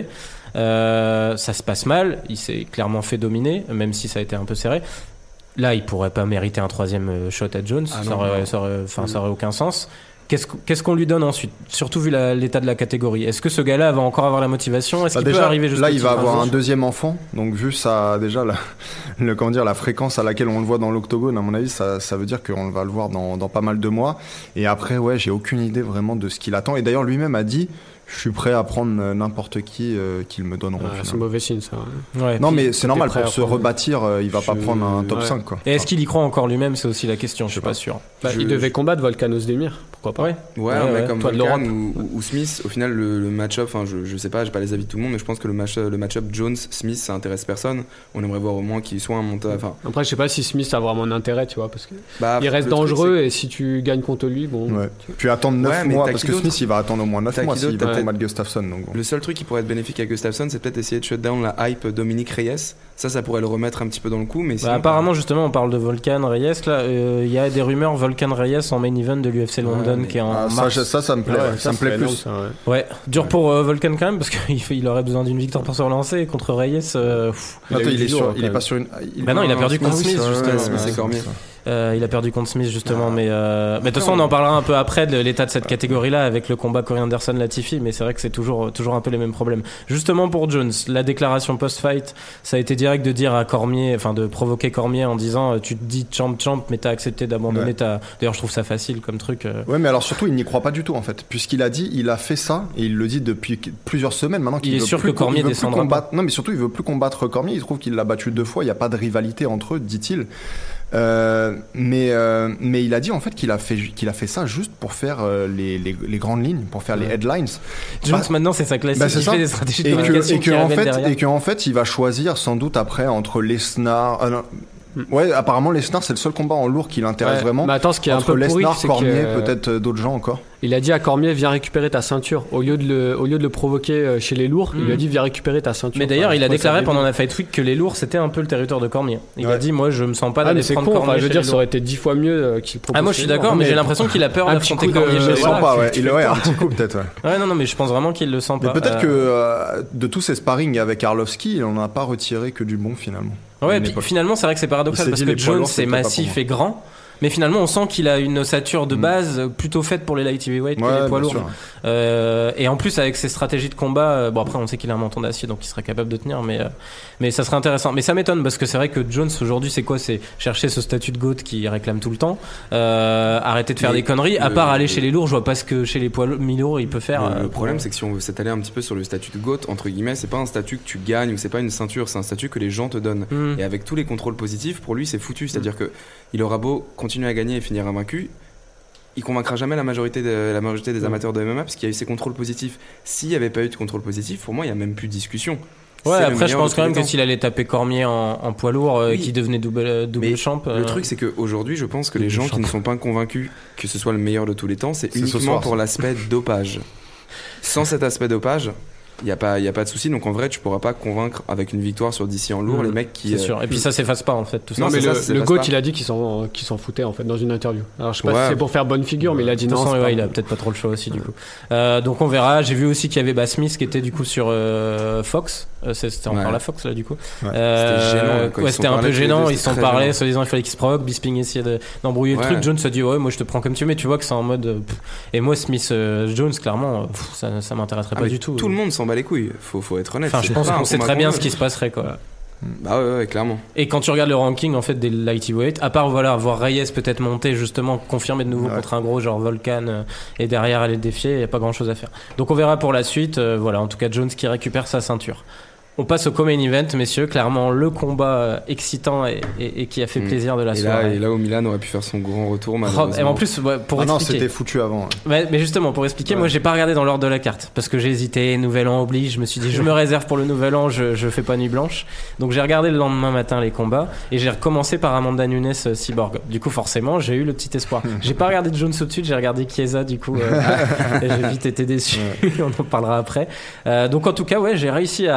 Euh, ça se passe mal, il s'est clairement fait dominer, même si ça a été un peu serré. Là, il pourrait pas mériter un troisième shot à Jones, ah ça, non, aurait, non. Ça, aurait, enfin, mmh. ça aurait aucun sens. Qu'est-ce, qu'est-ce qu'on lui donne ensuite, surtout vu la, l'état de la catégorie? Est-ce que ce gars-là va encore avoir la motivation? Est-ce Bah qu'il déjà, peut arriver jusqu'au là, il va titre avoir jour un deuxième enfant, donc vu ça, déjà la, le, comment dire, la fréquence à laquelle on le voit dans l'octogone, à mon avis, ça, ça veut dire qu'on va le voir dans, dans pas mal de mois. Et après, ouais, j'ai aucune idée vraiment de ce qu'il attend. Et d'ailleurs, lui-même a dit, je suis prêt à prendre n'importe qui euh, qu'il me donneront. Ah, c'est mauvais signe ça. Ouais, non, puis, mais c'est normal prêt pour à se prendre- rebâtir, euh, il va pas Je- prendre un top ouais. cinq, quoi. Et est-ce qu'il y croit encore lui-même? C'est aussi la question, je suis sais pas pas. sûr. Bah, Je- il devait combattre Volkanos Demir, pourquoi pas. Ouais. Ouais, Ouais, un mec ouais. comme Toi de Volkan l'Europe. ou, ou- ou Smith, au final, le, le match-up, enfin, je, je sais pas, j'ai pas les avis de tout le monde, mais je pense que le, match, le match-up Jones-Smith, ça intéresse personne. On aimerait voir au moins qu'il soit un monteur. Enfin, Après, je sais pas si Smith a vraiment un intérêt, tu vois, parce que bah, il reste le truc, dangereux et si tu gagnes contre lui, bon. Ouais. Puis attendre neuf Ouais, mais mois, t'as parce qui que d'autre Smith, il va attendre au moins neuf T'as mois qui s'il d'autre va T'as combattre Gustafsson. Donc bon. Le seul truc qui pourrait être bénéfique à Gustafsson, c'est peut-être essayer de shut down la hype Dominique Reyes. Ça, ça pourrait le remettre un petit peu dans le coup. Mais Bah, sinon, apparemment, justement, on parle de Volkan Reyes. Là, euh, il y a des rumeurs Volkan Reyes en main event de l'U F C London mais- qui est en Ah, ça, mars. je- ça, ça me plaît, Ouais, ouais, ça me plaît serait plus. énorme, ça, ouais. Ouais, dur pour euh, Volkan quand même parce qu'il fait- il aurait besoin d'une victoire pour se relancer. Et contre Reyes, euh, pff, Il a Attends, eu il du est lourd, sur, quand il est même. pas sur une. Bah non, il a perdu contre Smith, ouais, justement. ouais, Smith ouais, et Cormier. c'est ça. euh, il a perdu contre Smith justement. Mais, euh, mais de toute façon, on en parlera un peu après de l'état de cette catégorie-là avec le combat Corey Anderson-Latifi. Mais c'est vrai que c'est toujours, toujours un peu les mêmes problèmes. Justement pour Jones, la déclaration post-fight, ça a été direct de dire à Cormier, enfin de provoquer Cormier en disant euh, tu te dis champ champ, mais t'as accepté d'abandonner Ouais. ta. D'ailleurs, je trouve ça facile comme truc. euh. Ouais, mais alors surtout, il n'y croit pas du tout en fait, puisqu'il a dit, il a fait ça et il le dit depuis qu- plusieurs semaines maintenant qu'il Il est veut sûr plus que Cormier il veut plus descendra combattre. Non, mais surtout, il veut plus combattre Cormier. Il trouve qu'il l'a battu deux fois. Il n'y a pas de rivalité entre eux, dit-il. Euh, mais euh, mais il a dit en fait qu'il a fait qu'il a fait ça juste pour faire euh, les, les les grandes lignes, pour faire les headlines. Jones, Bah, maintenant, c'est sa classique. bah, c'est il ça. fait des stratégies de Et que, communication et que qui en révèlent fait, derrière. et que en fait, il va choisir sans doute après entre Lesnar. euh, non, ouais, apparemment Lesnar c'est le seul combat en lourd qui l'intéresse Ouais. vraiment. Mais attends, ce qui est un entre peu pourri, Lesnar, c'est Cormier, que peut-être euh, d'autres gens encore. il a dit à Cormier viens récupérer ta ceinture au lieu de le au lieu de le provoquer euh, chez les lourds. Il lui a Mm. dit viens récupérer ta ceinture. Mais d'ailleurs, Enfin, il a je trouve ça déclaré pendant débile. la Fight Week que les lourds c'était un peu le territoire de Cormier. Il a Ouais. dit moi je me sens pas Ah d'aller mais c'est prendre con. Cormier. Enfin, je veux chez dire, les ça lourds. aurait été dix fois mieux euh, qu'il propose. Ah moi je suis chez les d'accord, lourds. mais j'ai l'impression qu'il a peur un d'affronter petit coup de- Cormier je chez Il les le sais lourds. sent pas, ouais. tu Il fais ouais, pas. un petit coup peut-être. Ouais. Ouais non non mais je pense vraiment qu'il le sent Mais pas. peut-être Euh, que euh, de tous ces sparring avec Arlovski, il en a pas retiré que du bon finalement. Ouais, À une puis époque. finalement, c'est vrai que c'est paradoxal Il s'est parce dit, que les poids Jones lourds, c'est c'était pas pour massif moi. et grand. Mais finalement, on sent qu'il a une ossature de Mm. base euh, plutôt faite pour les light heavyweight que Ouais, les poids bien lourds. sûr. Euh, et en plus, avec ses stratégies de combat, euh, bon après, on sait qu'il a un menton d'acier, donc il serait capable de tenir, mais euh, mais ça serait intéressant. Mais ça m'étonne parce que c'est vrai que Jones aujourd'hui, c'est quoi? C'est chercher ce statut de GOAT qu'il réclame tout le temps. Euh, arrêter de faire Mais des conneries. À le- part aller le- chez les lourds, je vois pas ce que chez les poids mi-lourds il peut faire. Le, euh, le problème, c'est que si on veut s'étaler un petit peu sur le statut de GOAT, entre guillemets, c'est pas un statut que tu gagnes ou c'est pas une ceinture, c'est un statut que les gens te donnent. Hmm. Et avec tous les contrôles positifs, pour lui, c'est foutu. C'est-à-dire que il aura beau continuer à gagner et finir invaincu, il convaincra jamais la majorité, de, la majorité des amateurs de M M A parce qu'il y a eu ces contrôles positifs. S'il n'y avait pas eu de contrôle positif, pour moi, il n'y a même plus de discussion. Ouais, C'est le après, je meilleur pense de quand tous même les que temps. s'il allait taper Cormier en, en poids lourd euh, et Oui. qu'il devenait double, euh, double Mais champ. Le euh, truc, c'est qu'aujourd'hui, je pense que les Double gens qui champ. ne sont pas convaincus que ce soit le meilleur de tous les temps, c'est C'est ce uniquement soir, pour ça. l'aspect dopage. Sans cet aspect dopage, il n'y a, pas- y a pas de souci. Donc en vrai, tu pourras pas convaincre avec une victoire sur D C en lourd Mm. les mecs qui. c'est euh, sûr. Et puis ça s'efface pas en fait, tout ça. Non, Non, mais c'est le, ça, c'est le pas GOAT, ça. il a dit qu'il s'en, qu'il s'en foutait en fait dans une interview. Alors je sais pas Ouais. si c'est pour faire bonne figure, mais il a dit De toute non. façon, c'est ouais, pas- il a peut-être pas trop le choix aussi du coup. Euh, donc on verra. J'ai vu aussi qu'il y avait bah, Smith qui était du coup sur euh, Fox. Euh, c'est- c'était encore Ouais. la Fox là du coup. Ouais. Euh, C'était gênant, quoi. Ils ouais, se c'était sont un peu parlé tous les gênant. deux, Ils se c'était sont très parlé. gênant. Soi-disant, il fallait qu'ils se provoquent. Bisping essayait de- d'embrouiller Ouais. le truc. Jones se dit ouais, moi je te prends comme tu veux. Mais tu vois que c'est en mode. euh, pff. Et moi Smith euh, Jones clairement, euh, pff, ça, ça m'intéresserait ah, pas mais du tout. Tout le monde s'en bat les couilles. Faut, faut être honnête. Enfin, je C'est pense pas un qu'on sait combat très bien contre ce qui se passerait quoi. Bah ouais, ouais, clairement. Et quand tu regardes le ranking en fait des light heavyweight, à part voilà voir Reyes peut-être monter justement confirmer de nouveau Ouais. contre un gros genre Volkan euh, et derrière aller le défier, il y a pas grand chose à faire. Donc on verra pour la suite. euh, voilà, en tout cas Jones qui récupère sa ceinture. On passe au co-main event, messieurs. Clairement, le combat euh, excitant et, et- et qui a fait Mm. plaisir de la Et là, soirée. et là où Milan aurait pu faire son grand retour, Oh, malheureusement. et en plus, ouais, pour Ah non, expliquer. c'était foutu avant. ouais. Ouais, mais justement, pour expliquer, Ouais. moi j'ai pas regardé dans l'ordre de la carte parce que j'ai hésité. Nouvel an oblige. Je me suis dit, je me réserve pour le nouvel an. Je, je fais pas nuit blanche. Donc j'ai regardé le lendemain matin les combats et j'ai recommencé par Amanda Nunes euh, Cyborg. Du coup, forcément, j'ai eu le petit espoir. J'ai pas regardé Jones au-dessus. J'ai regardé Chiesa. Du coup, euh, et j'ai vite été déçu. On en parlera après. Euh, donc en tout cas, ouais, j'ai réussi à rattraper mon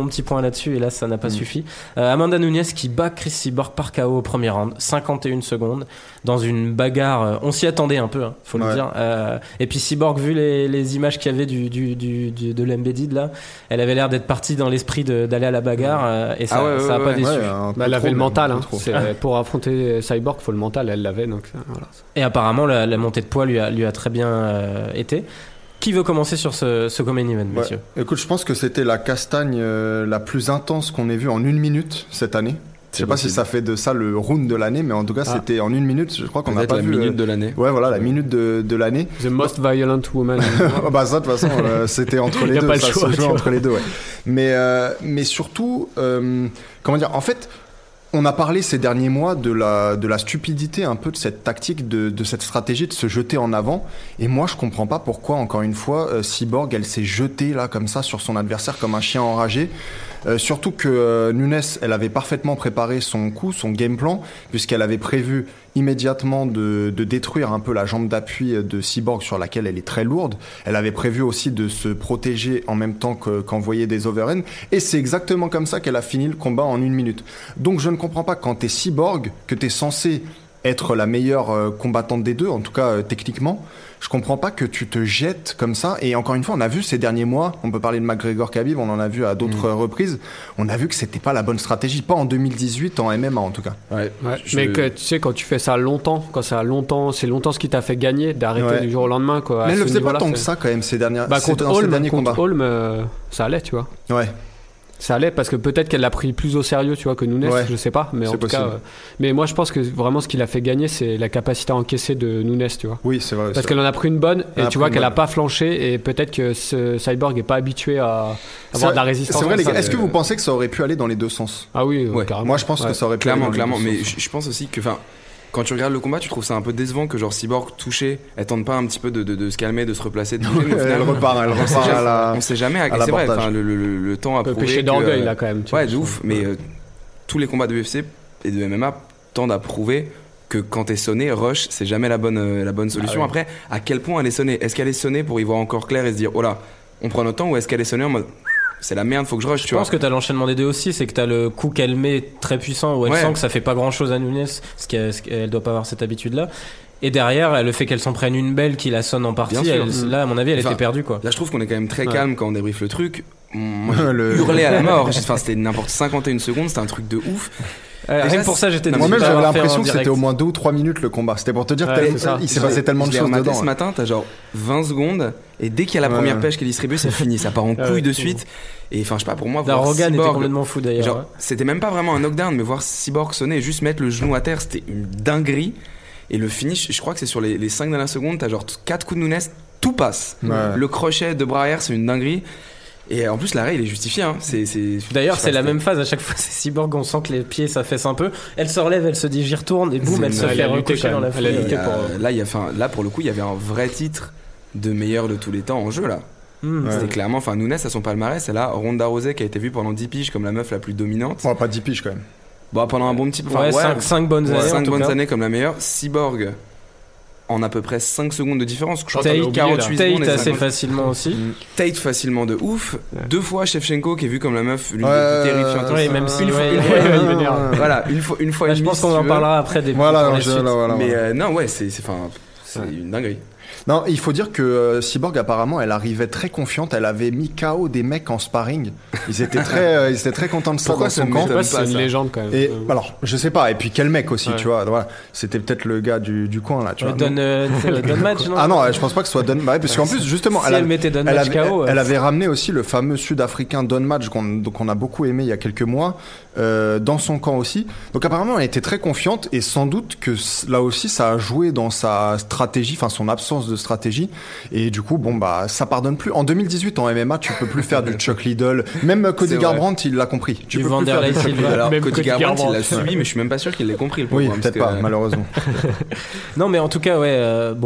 mon petit point là-dessus, et là, ça n'a pas mmh. suffi. Euh, Amanda Nunes qui bat Chris Cyborg par K O au premier round, cinquante et une secondes, dans une bagarre. Euh, on s'y attendait un peu, hein, faut ouais. le dire. Euh, et puis Cyborg, vu les, les images qu'il y avait du, du, du, du, de l'Embedded, là, elle avait l'air d'être partie dans l'esprit de, d'aller à la bagarre, euh, et ça n'a ah ouais, ouais, pas ouais, déçu. Ouais, bah, elle avait le mental, hein. C'est, pour affronter Cyborg, il faut le mental, elle l'avait. Donc, voilà. Et apparemment, la, la montée de poids lui a, lui a très bien euh, été. Qui veut commencer sur ce, ce Common Event, ouais. messieurs ? Écoute, je pense que c'était la castagne euh, la plus intense qu'on ait vue en une minute cette année. Je sais pas possible. Si ça fait de ça le round de l'année, mais en tout cas, ah. c'était en une minute. Je crois qu'on n'a pas la vu. La minute euh... de l'année. Ouais, voilà, la minute de, de l'année. The most violent woman. Bah, ça, de toute façon, euh, c'était entre les deux. Ça choix, se joue entre les deux, ouais. Mais, euh, mais surtout, euh, comment dire, en fait, on a parlé ces derniers mois de la, de la stupidité un peu de cette tactique, de, de cette stratégie de se jeter en avant. Et moi, je comprends pas pourquoi, encore une fois, euh, Cyborg, elle s'est jetée là, comme ça, sur son adversaire, comme un chien enragé. Euh, surtout que euh, Nunes, elle avait parfaitement préparé son coup, son game plan, puisqu'elle avait prévu immédiatement de, de détruire un peu la jambe d'appui de Cyborg sur laquelle elle est très lourde. Elle avait prévu aussi de se protéger en même temps que, qu'envoyer des overhands. Et c'est exactement comme ça qu'elle a fini le combat en une minute. Donc je ne comprends pas, quand t'es Cyborg, que t'es censé être la meilleure euh, combattante des deux, en tout cas euh, techniquement, je comprends pas que tu te jettes comme ça. Et encore une fois, on a vu ces derniers mois, on peut parler de McGregor-Khabib, on en a vu à d'autres mmh. reprises, on a vu que c'était pas la bonne stratégie, pas en deux mille dix-huit en M M A en tout cas. Ouais, ouais je... Mais que, tu sais, quand tu fais ça longtemps, quand ça a longtemps, c'est longtemps ce qui t'a fait gagner, d'arrêter ouais. du jour au lendemain, quoi. Mais elle le faisait pas tant c'est... que ça quand même ces dernières. Bah, contre Holm, derniers contre Holm, euh, ça allait, tu vois. Ouais. Ça allait parce que peut-être qu'elle l'a pris plus au sérieux, tu vois, que Nunes, ouais, je sais pas, mais en tout possible. cas. Euh, mais moi, je pense que vraiment ce qui l'a fait gagner, c'est la capacité à encaisser de Nunes, tu vois. Oui, c'est vrai. Parce c'est qu'elle vrai. en a pris une bonne et tu vois qu'elle bonne. a pas flanché et peut-être que ce Cyborg est pas habitué à avoir de la résistance. C'est vrai, les gars. Est-ce que vous pensez que ça aurait pu aller dans les deux sens ? Ah oui, ouais. carrément. Moi, je pense ouais. que ça aurait pu clairement, aller dans clairement. les deux Mais sens. je pense aussi que, enfin. Quand tu regardes le combat, tu trouves ça un peu décevant que genre Cyborg touché, elle tente pas un petit peu de, de, de se calmer, de se replacer, de bouger, mais au final, elle repart, elle repart on, sait à la, on sait jamais. À, à c'est vrai, enfin, le, le, le temps a prouvé. Péché que, d'orgueil là quand même. Tu ouais, vois, de ouf. Mais euh, tous les combats de U F C et de M M A tendent à prouver que quand t'es sonné, rush, c'est jamais la bonne euh, la bonne solution. Ah, oui. Après, à quel point elle est sonnée ? Est-ce qu'elle est sonnée pour y voir encore clair et se dire oh là, on prend notre temps, ou est-ce qu'elle est sonnée en mode c'est la merde, faut que je rush, tu vois. Je pense que t'as l'enchaînement des deux aussi, c'est que t'as le coup qu'elle met très puissant où elle ouais. sent que ça fait pas grand chose à Nunes, ce qu'elle, ce qu'elle doit pas avoir cette habitude là. Et derrière, le fait qu'elle s'en prenne une belle qui la sonne en partie, elle, mmh. là à mon avis elle enfin, était perdue quoi. Là je trouve qu'on est quand même très ouais. calme quand on débriefe le truc. Moi j'ai le... hurlé à la mort, enfin c'était n'importe cinquante et une secondes, c'était un truc de ouf. Euh, rien que pour ça j'étais moi-même j'avais l'impression que c'était au moins deux ou trois minutes le combat, c'était pour te dire ouais, tel... il s'est passé tellement de choses dedans. Ce matin t'as genre vingt secondes et dès qu'il y a la ouais. première pêche qui est distribuée c'est fini, ça part en couille ouais, de suite. Et enfin je sais pas, pour moi voir Rogan Cyborg, était complètement fou d'ailleurs genre, ouais. c'était même pas vraiment un knockdown, mais voir Cyborg sonner et juste mettre le genou à terre, c'était une dinguerie. Et le finish, je crois que c'est sur les, les cinq dernières secondes, t'as genre quatre coups de Nunes, tout passe. Ouais. Le crochet de bras arrière, c'est une dinguerie. Et en plus, l'arrêt, il est justifié. Hein. C'est, c'est... D'ailleurs, c'est la même phase à chaque fois. C'est Cyborg, on sent que les pieds s'affaissent un peu. Elle se relève, elle se dit j'y retourne, et boum, elle, elle se fait recocher dans la foule. Pour... Là, il y a, fin, là, pour le coup, il y avait un vrai titre de meilleur de tous les temps en jeu là. Mmh, c'était ouais. clairement, enfin Nunes à son palmarès, c'est là Ronda Rousey qui a été vue pendant dix piges comme la meuf la plus dominante. Ouais, pas dix piges quand même. Bon, pendant un bon petit peu. Enfin, ouais, ouais, cinq bonnes années. cinq bonnes années comme la meilleure. Cyborg en à peu près cinq secondes de différence. Je crois Tate, quarante-huit Tate secondes assez facilement aussi. Mmh. Tate facilement de ouf. Ouais. Deux fois Shevchenko qui est vu comme la meuf l'une ouais, des plus terrifiantes. Ouais, même si une fois, ouais, une ouais, fois, ouais, ouais, voilà, une fois, une fois. Là, je pense qu'on en parlera après des. Voilà, je, là, voilà. Mais euh, non, ouais, c'est, c'est, enfin, c'est ouais. une dinguerie. Non, il faut dire que euh, Cyborg apparemment, elle arrivait très confiante. Elle avait mis K O des mecs en sparring. Ils étaient très, euh, ils étaient très contents de ça. Pourquoi dans son camp. Pas, c'est une légende quand même. Et alors, je sais pas. Et puis quel mec aussi, ouais. tu vois. Voilà, c'était peut-être le gars du, du coin là. Tu vois. Don, euh, Don Match, non Ah non, je pense pas que ce soit Don Match, parce qu'en plus justement, si elle, elle, a, mettait Don elle, Match avait, K O, elle, elle avait ramené aussi le fameux Sud-Africain Don Match qu'on, qu'on a beaucoup aimé il y a quelques mois. Euh, dans son camp aussi. Donc apparemment elle était très confiante et sans doute que là aussi ça a joué dans sa stratégie, enfin son absence de stratégie, et du coup bon bah ça pardonne plus. En deux mille dix-huit en M M A tu peux plus faire du Chuck Liddell, même Cody Garbrandt il l'a compris, tu du peux plus faire du Chuck Liddell. Alors même Cody Garbrandt il l'a suivi mais je suis même pas sûr qu'il l'ait compris le oui peut-être pas que... malheureusement. Non mais en tout cas ouais euh, bon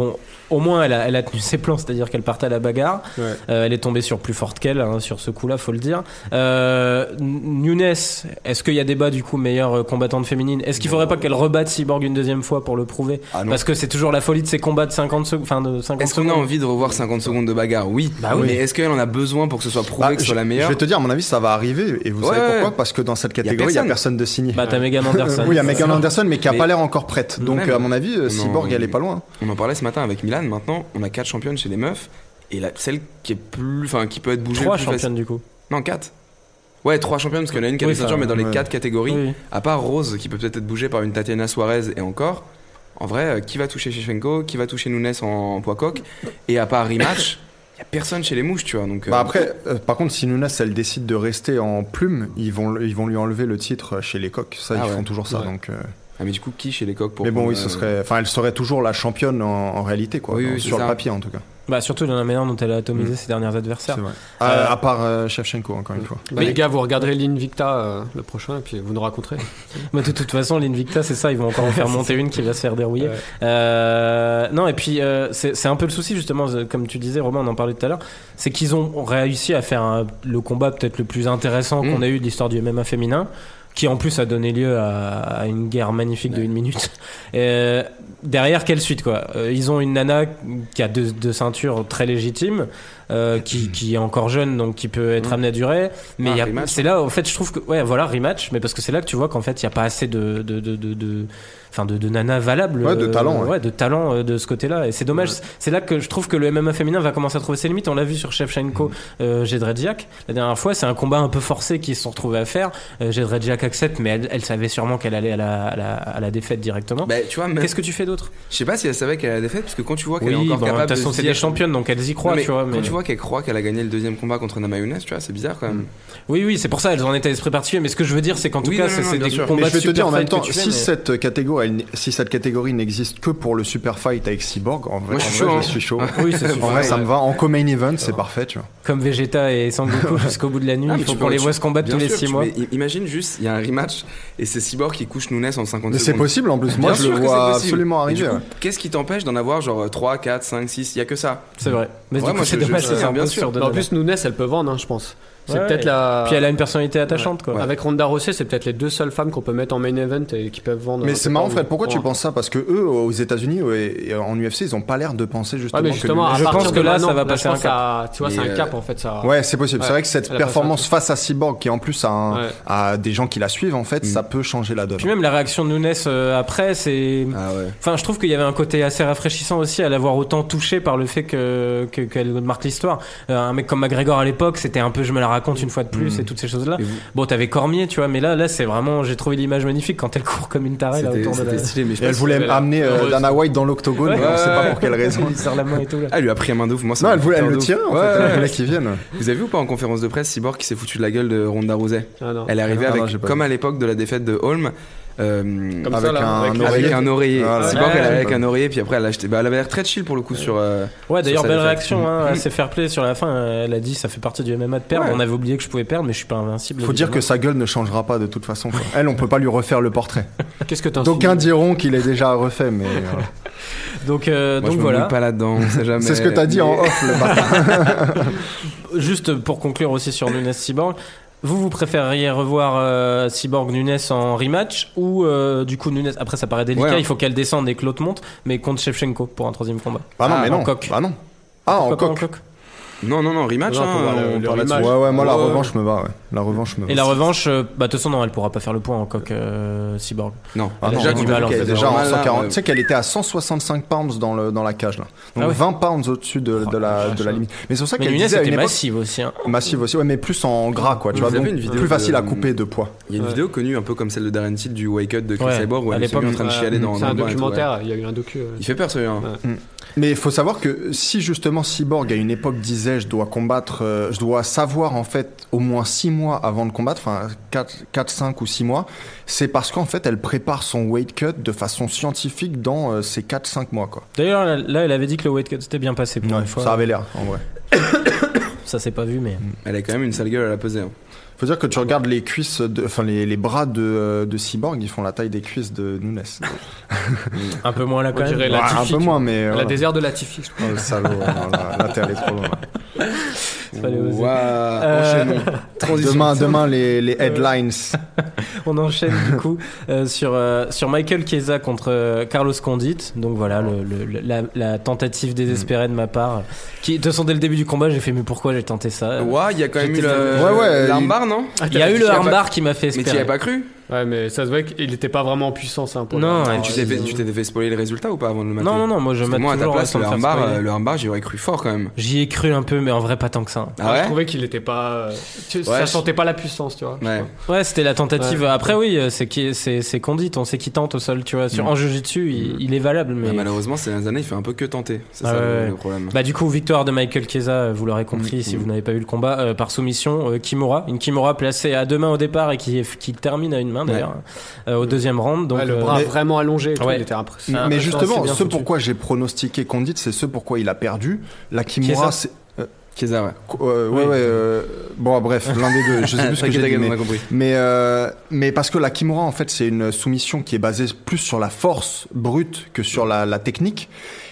au moins elle a, elle a tenu ses plans, c'est-à-dire qu'elle partait à la bagarre. Ouais. Euh, elle est tombée sur plus forte qu'elle hein, sur ce coup-là, faut le dire. Euh, Nunes, est-ce qu'il y a débat du coup meilleure combattante féminine? Est-ce qu'il faudrait pas qu'elle rebatte Cyborg une deuxième fois pour le prouver? Ah non. Parce que c'est toujours la folie de ces combats de cinquante secondes. Enfin de cinquante Est-ce qu'on a secondes. envie de revoir cinquante secondes de bagarre? Oui. Bah oui. Mais est-ce qu'elle en a besoin pour que ce soit prouvé Bah, que ce je, soit la meilleure? je vais te dire, à mon avis, ça va arriver. Et vous Ouais, savez ouais. pourquoi? Parce que dans cette Y a catégorie, il n'y a personne. personne de signé. Bah t'as Megan Anderson. oui, il y a Megan Anderson, mais qui n'a Mais- pas l'air encore prête. Donc, Même. à mon avis, On en- Cyborg, elle est pas loin. On en parlait ce matin avec Milan. Maintenant, on a quatre championnes chez les meufs. Et la, celle qui est plus. Enfin, qui peut être bougée. Trois le plus championnes facile- du coup. Non, quatre. Ouais, trois championnes, parce qu'il y en a une qui a Oui, des ceintures, enfin, mais dans les ouais. quatre catégories, Oui. à part Rose, qui peut peut-être être bougée par une Tatiana Suarez et encore, en vrai, euh, qui va toucher Shevchenko, qui va toucher Nunes en, en poids coq, et à part rematch, il n'y a personne chez les mouches, tu vois. Donc, euh, Bah après, euh, par contre, si Nunes, elle décide de rester en plume, ils vont, ils vont lui enlever le titre chez les coqs. Ça, Ah ils ouais. font toujours ça. Ouais. Donc, euh, Ah, mais du coup, qui chez les coqs pour mais bon, prendre, oui, ce euh, serait. Enfin, elle serait toujours la championne en, en réalité, quoi. Oui, dans- oui, c'est sur ça. le papier, en tout cas. Bah surtout dans la manière dont elle a atomisé Mm. ses derniers adversaires. C'est vrai. Euh, Euh, à part euh, Shevchenko, encore une fois. Bah, Mais- les gars, vous regarderez l'Invicta euh, le prochain et puis vous nous raconterez. Bah, de toute façon, l'Invicta, c'est ça, ils vont encore en faire monter une qui va se faire dérouiller. Ouais. Euh, non, et puis euh, c'est c'est un peu le souci, justement, euh, comme tu disais, Romain, on en parlait tout à l'heure, c'est qu'ils ont réussi à faire un- le combat peut-être le plus intéressant Mm. qu'on a eu de l'histoire du M M A féminin, qui en plus a donné lieu à, à une guerre magnifique de une minute. Et, derrière, quelle suite, quoi? Euh, Ils ont une nana qui a deux, deux ceintures très légitimes, euh, qui, qui est encore jeune, donc qui peut être Mm. amenée à durer. Mais Ah, il y a- rematch, c'est là, en fait, je trouve que, ouais, voilà, rematch, mais parce que c'est là que tu vois qu'en fait, il n'y a pas assez de, de, de, de, de enfin de, de nanas valables, Ouais, de talent, ouais. de talent euh, de ce côté-là. Et c'est dommage. Ouais. C'est là que je trouve que le M M A féminin va commencer à trouver ses limites. On l'a vu sur Shevchenko, euh, Jedrzejczyk. La dernière fois, c'est un combat un peu forcé qu'ils se sont retrouvés à faire. Euh, Jedrzejczyk accepte, mais elle, elle savait sûrement qu'elle allait à la, à la, à la défaite directement. Bah, tu vois, même- Qu'est-ce que tu fais d'autre? je sais pas si elle savait qu'elle a la défaite, parce que quand tu vois qu'elle Oui, est encore bon, de capable toute façon, de se c'est dire- des championnes, donc elles y croient, Non, mais tu vois. Quand mais- tu vois qu'elle croit qu'elle a gagné le deuxième combat contre Nama Younes, tu vois, c'est bizarre quand même. Oui, oui, c'est pour ça, elles ont un état d'esprit particulier. Mais ce que je veux dire, c'est qu'en tout Oui, cas, non, c'est non, c'est bien des sûr. combats Mais je vais te de dire en super même fight temps, que tu fais, si, mais- cette catégorie, elle- si cette catégorie n'existe que pour le super fight avec Cyborg, en vrai, Moi, je en suis vrai, chaud, je hein. suis chaud. Oui, c'est En super. vrai, ça me va. En co-main event, c'est parfait, tu vois. Comme Vegeta et Sangoku jusqu'au bout de la nuit, Ah, il mais faut tu qu'on peux- les tu- voit se combattre bien tous les sûr, six tu- mois. mais i- imagine juste, il y a un rematch et c'est Cyborg qui couche Nunes en cinquante Mais c'est secondes. possible en plus. Moi, Bien je sûr le que vois c'est possible. absolument Et du arriver. coup, ouais. qu'est-ce qui t'empêche d'en avoir genre trois, quatre, cinq, six? Il y a que ça. C'est vrai. Mais Ouais, du coup, moi, c'est je- dommage, je- ça, c'est un bien peu sûr. sur Bah, en plus, Nunes, elle peut vendre, hein, je pense. C'est Ouais, peut-être ouais. la. Puis elle a une personnalité attachante, quoi. Ouais. Avec Ronda Rousey, c'est peut-être les deux seules femmes qu'on peut mettre en main event et qui peuvent vendre. Mais un c'est peu marrant, par- Fred. Pourquoi tu pour- penses ça? Parce que eux, aux États-Unis et en U F C, ils ont pas l'air de penser justement. Ah, mais que justement, Nunes- à Je partir pense de que là, maintenant, ça va je passer un pense à- Tu vois, c'est Mais, un euh, cap en fait. Ça... Ouais, c'est possible. C'est Ouais. vrai que cette Elle a pas performance fait face à Cyborg, qui en plus a, un- Ouais. a des gens qui la suivent, en fait, Mm. ça peut changer la donne. Puis même la réaction de Nunes euh, après, c'est. Ah ouais. Enfin, je trouve qu'il y avait un côté assez rafraîchissant aussi à l'avoir autant touché par le fait que que- qu'elle marque l'histoire. Euh, un mec comme McGregor à l'époque, c'était un peu je me la raconte une fois de plus Mm. et toutes ces choses-là. Et vous- Bon, t'avais Cormier, tu vois, mais là, là, c'est vraiment, j'ai trouvé l'image magnifique quand elle court comme une tarée là C'était autour de la. c'était stylé, mais je Et elle pense- voulait elle a- amener euh, heureuse. Dana White dans l'octogone, Ouais. mais on sait pas Ouais. pour quelle raison. Il serre la main et tout là. Ah, elle lui a pris un main de ouf. Moi, ça Non, m'a elle fait voulait, elle peur le de ouf. tient, en Ouais, fait. Elle ouais. voulait qu'il vienne. Vous avez vu ou pas en conférence de presse Cyborg qui s'est foutu de la gueule de Ronda Rousey? Ah, non. Elle est arrivée Ah, non, avec, j'ai pas comme vu. à l'époque de la défaite de Holm, euh, Comme Avec ça, là, un avec les- oreiller. avec un oreiller. Voilà. Cyborg, elle Ouais. avait avec un oreiller, puis après elle a acheté. Bah, elle avait l'air très chill pour le coup sur. euh, Ouais, d'ailleurs, sur sa belle défaite. réaction, hein, Mm. assez fair play sur la fin. Elle a dit ça fait partie du M M A de perdre. Ouais. On avait oublié que je pouvais perdre, mais je suis pas invincible. Faut dire que évidemment. sa gueule ne changera pas de toute façon. quoi. Elle, on peut pas lui refaire le portrait. Qu'est-ce que t'as D'aucuns diront qu'il est déjà refait, mais voilà. Donc, euh, Moi, donc je me voilà. mouille pas là-dedans, on sait jamais. c'est ce que t'as dit en Mais- off. Le bâtard. Juste pour conclure aussi sur Nunes Cyborg, vous vous préféreriez revoir euh, Cyborg Nunes en rematch ou euh, du coup Nunes après ça paraît délicat, Ouais, hein. il faut qu'elle descende et que l'autre monte, mais contre Shevchenko pour un troisième combat. Bah non, Ah, mais en non. coq. Bah non. Ah, en Pourquoi pas coq. Non, non, non, rematch. Non, faut hein, voir le- on le parle rematch. là-dessus. Ouais, ouais, moi la Ouais. revanche me va. Ouais. La revanche me va. Et la revanche, euh, bah de toute façon non, elle pourra pas faire le point en coq euh, Cyborg. Non, Ah Elle a non, déjà non, du non, mal, en ok, fait. déjà en Normal, là, cent quarante. euh, Tu sais qu'elle était à cent soixante-cinq pounds dans, le, dans la cage là. Donc Ah ouais. vingt pounds au-dessus de, Oh de, la, la de la vache. limite. Mais c'est pour ça Mais qu'elle Nunes disait à était une époque massive aussi. Hein. massive aussi, ouais, mais plus en gras quoi. Tu Vous vois, avez donc une vidéo plus facile de- à couper de poids. Il y a une Ouais. vidéo connue un peu comme celle de Darren Till du Wake Up de Chris Ouais, Cyborg où à elle est l'époque, en train de ouais. chialer dans C'est dans un le bain et tout, ouais. documentaire, il y a eu un docu. ouais. Il fait peur celui-là. hein. Ouais. Mais il faut savoir que si justement Cyborg à une époque disait je dois combattre, euh, je dois savoir en fait au moins six mois avant de combattre, enfin quatre, cinq ou six mois, c'est parce qu'en fait elle prépare son weight cut de façon scientifique dans euh, ces quatre cinq mois quoi. D'ailleurs là, là, elle avait dit que le weight cut s'était bien passé pour Ouais, une fois. ça avait l'air en vrai. ça s'est pas vu, mais. Elle a quand même une sale gueule à la peser. Hein. Faut dire que tu regardes les cuisses, de, enfin les, les bras de, de Cyborg, ils font la taille des cuisses de Nunes. Un peu moins là quand On dirait même. la- Ouais, un Latifi, peu tu moins, mais. La voilà. désert de Latifi, je crois. Oh, le salaud, non, là, là t'es allé trop loin. Fallait oser. Waouh, Euh, enchaînons. Transition. Demain, demain les, les headlines. On enchaîne du coup euh, sur, euh, sur Michael Chiesa contre euh, Carlos Condit. Donc voilà, le, le- la, la tentative désespérée de ma part. Qui, de toute façon, dès le début du combat, j'ai fait mais pourquoi j'ai tenté ça Ouais, il y a quand même eu le Ouais, ouais, l'armbar, non Il y a eu tu le y as pas- armbar qui m'a fait Mais tu y espérer. avais pas cru Ouais, mais ça se voit qu'il était pas vraiment en puissance. Hein, pour Non, le- ouais, Tu t'es fait, tu t'es fait spoiler le résultat ou pas avant de le mater Non, non, non, moi je Parce que mate moi, à ta toujours place, sans le me faire armbar, spoiler. euh, le armbar, j'y aurais cru fort quand même. J'y ai cru un peu, mais en vrai, pas tant que ça. Ah Je ouais trouvais qu'il était pas. euh, tu- Ouais, ça je- sentait pas la puissance, tu vois. je Ouais. crois. Ouais, c'était la tentative. Ouais. Après, oui, euh, c'est qui, c'est, c'est Condit, on sait qui tente au sol, tu vois. Sur, Mm. En Jiu-Jitsu, il, il est valable, mais. Bah, malheureusement, ces dernières années, il fait un peu que tenter. C'est Ah ça le- ouais. le problème. Bah du coup victoire de Michael Chiesa, euh, vous l'aurez compris Mm, si mm. vous n'avez pas vu le combat, euh, par soumission. euh, Kimura, une Kimura placée à deux mains au départ et qui, qui termine à une main d'ailleurs euh, au deuxième round. Donc Ouais, le euh, bras mais- vraiment allongé, et tout, Ouais. il était impressionnant. Ah, Mais attends, justement, c'est bien ce foutu. pourquoi j'ai pronostiqué Condit, c'est ce pourquoi il a perdu. La Kimura, Chiesa c'est. Chiesa, ouais. Euh, ouais, Oui. ouais. euh, Bon, bref, l'un des deux. Je sais plus ce que T'inquiète, j'ai dit. t'inquiète, Mais, on a compris. mais, euh, mais parce que la Kimura, en fait, c'est une soumission qui est basée plus sur la force brute que sur la, la technique.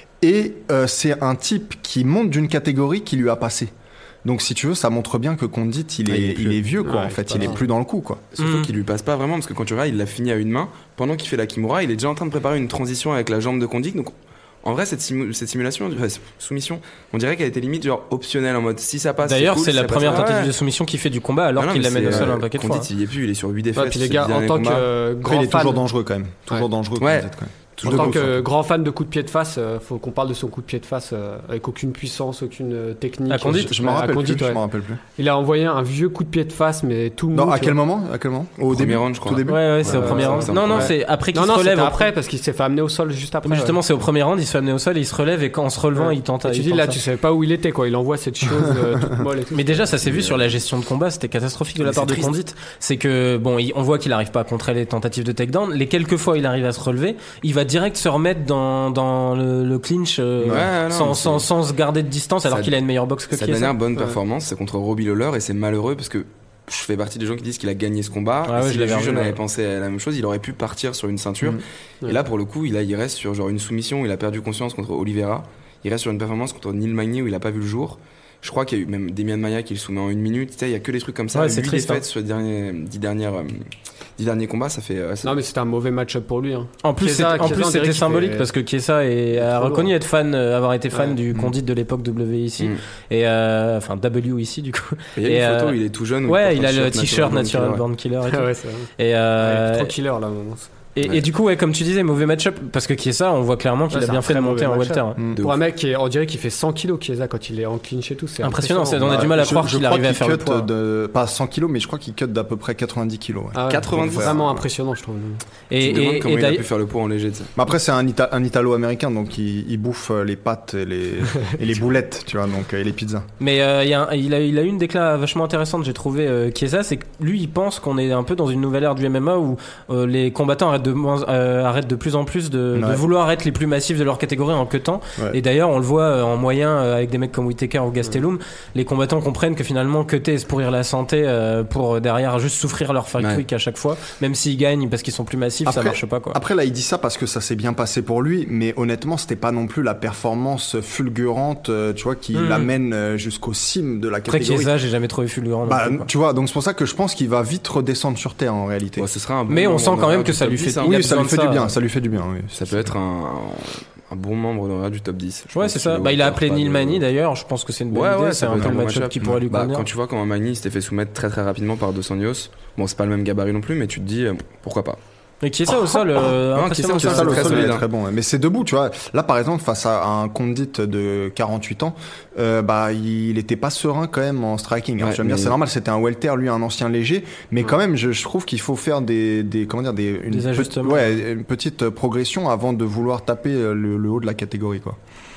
Et euh, c'est un type qui monte d'une catégorie qui lui a passé. Donc, si tu veux, ça montre bien que Condit, il est, Ah, il est il plus- est vieux, quoi. Ouais, en fait, c'est il pas est grave. plus dans le coup, quoi. Surtout Mm. qu'il lui passe pas vraiment, parce que quand tu regardes, il l'a fini à une main. Pendant qu'il fait la Kimura, il est déjà en train de préparer une transition avec la jambe de Condit. Donc, en vrai, cette, simu- cette simulation, enfin, cette soumission, on dirait qu'elle était limite genre optionnelle en mode si ça passe. d'ailleurs cool, c'est si la ça passe première pas, tentative ouais. de soumission qui fait du combat alors Ah non, qu'il mais l'amène au c'est, sol euh, un paquet de Condit, fois. il y est plus, il est sur huit défaites. Ouais, puis les c'est gars, le en dernier tant combat. que euh, Après, grand il est fan, toujours dangereux, quand même. Toujours Ouais. dangereux, Ouais. Condit, quand même. en Debout, tant que surtout. grand fan de coup de pied de face, euh, faut qu'on parle de son coup de pied de face euh, avec aucune puissance, aucune euh, technique. À Condit, Je m'en Ouais, à rappelle Condit, plus. Je ouais. m'en rappelle plus. Il a envoyé un vieux coup de pied de face, mais tout mou. Non, à tu quel vois. moment À quel moment Au Premier début round, je crois. Tout début Ouais ouais c'est Ouais, au premier ça, round. ça, Non non ouais. c'est après qu'il Non, se non, relève. c'était au- après parce qu'il s'est fait amener au sol juste après. Mais justement ouais. c'est au premier round, il se fait amener au sol, et il se relève et quand en se relevant Ouais. il tente. Et il tu dis tente là, ça. tu savais pas où il était, quoi. Il envoie cette chose euh, toute molle et tout. Mais déjà, ça s'est vu sur la gestion de combat, c'était catastrophique de la Mais part c'est de triste. Condit. C'est que, bon, il- on voit qu'il arrive pas à contrer les tentatives de takedown. Les quelques fois où il arrive à se relever, il va direct se remettre dans, dans le, le clinch euh, Ouais, non, sans, mais sans, c'est- sans se garder de distance alors Sa- qu'il a une meilleure boxe que Sa Chiesa. dernière bonne Ouais. performance, c'est contre Robbie Lawler et c'est malheureux parce que je fais partie des gens qui disent qu'il a gagné ce combat. Ah ouais, si je les l'avais juges revu, avaient ouais. pensé à la même chose, il aurait pu partir sur une ceinture. Mhm. Et là, pour le coup, il, a, il reste sur genre une soumission où il a perdu conscience contre Oliveira. Il reste sur une performance contre Neil Magny où il a pas vu le jour. Je crois qu'il y a eu même Demian Maia qui le soumet en une minute. Tu sais, il y a que des trucs comme ça. Ouais, c'est Huit triste, défaites hein. sur les derniers, dix dernières, euh, dix derniers combats, ça fait. euh, ça- Non, mais c'était un mauvais match-up pour lui. Hein. En plus, Chiesa- c'était- en Chiesa, plus on dirait c'était qu'il symbolique fait- parce que Chiesa est- a trop reconnu lourd. être fan, euh, avoir été fan Ouais. du Mm. Condit de l'époque W ici. Mm. Et euh, enfin, W ici, du coup. Il y a Et, une photo euh, où il est tout jeune. où Ouais, porte il un a le t-shirt Natural Born Born Killer et tout. Ah ouais, c'est vrai. Et, Ouais, euh, il est trop killer là. maintenant. et, Ouais. et du coup, ouais, comme tu disais, mauvais match-up parce que Chiesa, on voit clairement qu'il Ouais, a c'est bien un fait de très monter en mauvais welter. match-up. hein. Mm. De Pour ouf. un mec qui est, on dirait qu'il fait cent kilos, Chiesa, quand il est en clinch et tout. C'est Impressionnant, c'est- on a Ouais, du mal à je- croire je qu'il crois arrivait à qu'il faire le cut poids. de, pas cent kilos, mais je crois qu'il cut d'à peu près quatre-vingt-dix kilos. ouais. Ah ouais, quatre-vingt-dix. Vraiment impressionnant, je trouve. Et, Je me demande et, comment et il a d'ailleurs- pu faire le poids en léger. tu sais. Mais après, c'est un, Ita- un Italo-américain, donc il, il bouffe euh, les pâtes et les, et les boulettes, tu vois, donc, euh, et les pizzas. Mais euh, il y a un- il, a, il a eu une déclat vachement intéressante, j'ai trouvé, euh, Chiesa, c'est que lui, il pense qu'on est un peu dans une nouvelle ère du M M A où euh, les combattants arrêtent de, moins, euh, arrêtent de plus en plus de, Ouais. de vouloir être les plus massifs de leur catégorie en queutant. Ouais. Et d'ailleurs, on le voit euh, en moyen euh, avec des mecs comme Whittaker ou Gastelum, les combattants comprennent que finalement, queuter et se pourrir la santé euh, pour euh, derrière juste souffrir leur fight Ouais. week à chaque fois, même s'ils gagnent parce qu'ils sont plus massifs, ça Après- marche pas quoi. Après, là, il dit ça parce que ça s'est bien passé pour lui, mais honnêtement, c'était pas non plus la performance fulgurante, euh, tu vois, qui Mhm. l'amène euh, jusqu'au cime de la Après catégorie. Chiesa, j'ai jamais trouvé fulgurant. non Bah, plus, quoi. tu vois, donc c'est pour ça que je pense qu'il va vite redescendre sur terre en réalité. Bon, ce sera un bon Mais on membre sent quand honoraire même que du ça top lui fait- dix, hein. il y a Oui, ça besoin lui fait de du ça, bien, ouais. ça lui fait du bien. Oui. Ça peut être un, un bon membre honoraire du top dix. Je Ouais, pense c'est que ça. le Bah, il a Walter, appelé pas Neil de- Magny d'ailleurs. Je pense que c'est une bonne Ouais, idée. ouais, c'est ça un peut peu être le un bon match-up match-up. qui pourrait lui Bah, convenir. quand tu vois comment Magny s'était fait soumettre très très rapidement par Dos Anjos, bon, c'est pas le même gabarit non plus, mais tu te dis euh, pourquoi pas. Mais qui est ça au sol euh, Non, impressionnant, Chiesa au ça. Ça, le très sol, il solide, est hein. très bon. ouais. Mais c'est debout, tu vois. Là, par exemple, face à un Condit de quarante-huit ans, euh, bah, il était pas serein quand même en striking. Alors, Ouais, tu vas me dire, mais- c'est normal, c'était un welter, lui, un ancien léger. Mais quand même, je, je trouve qu'il faut faire des, des comment dire, des, une Des pe- ajustements. ouais, une petite progression avant de vouloir taper euh, le, le haut de la catégorie, quoi.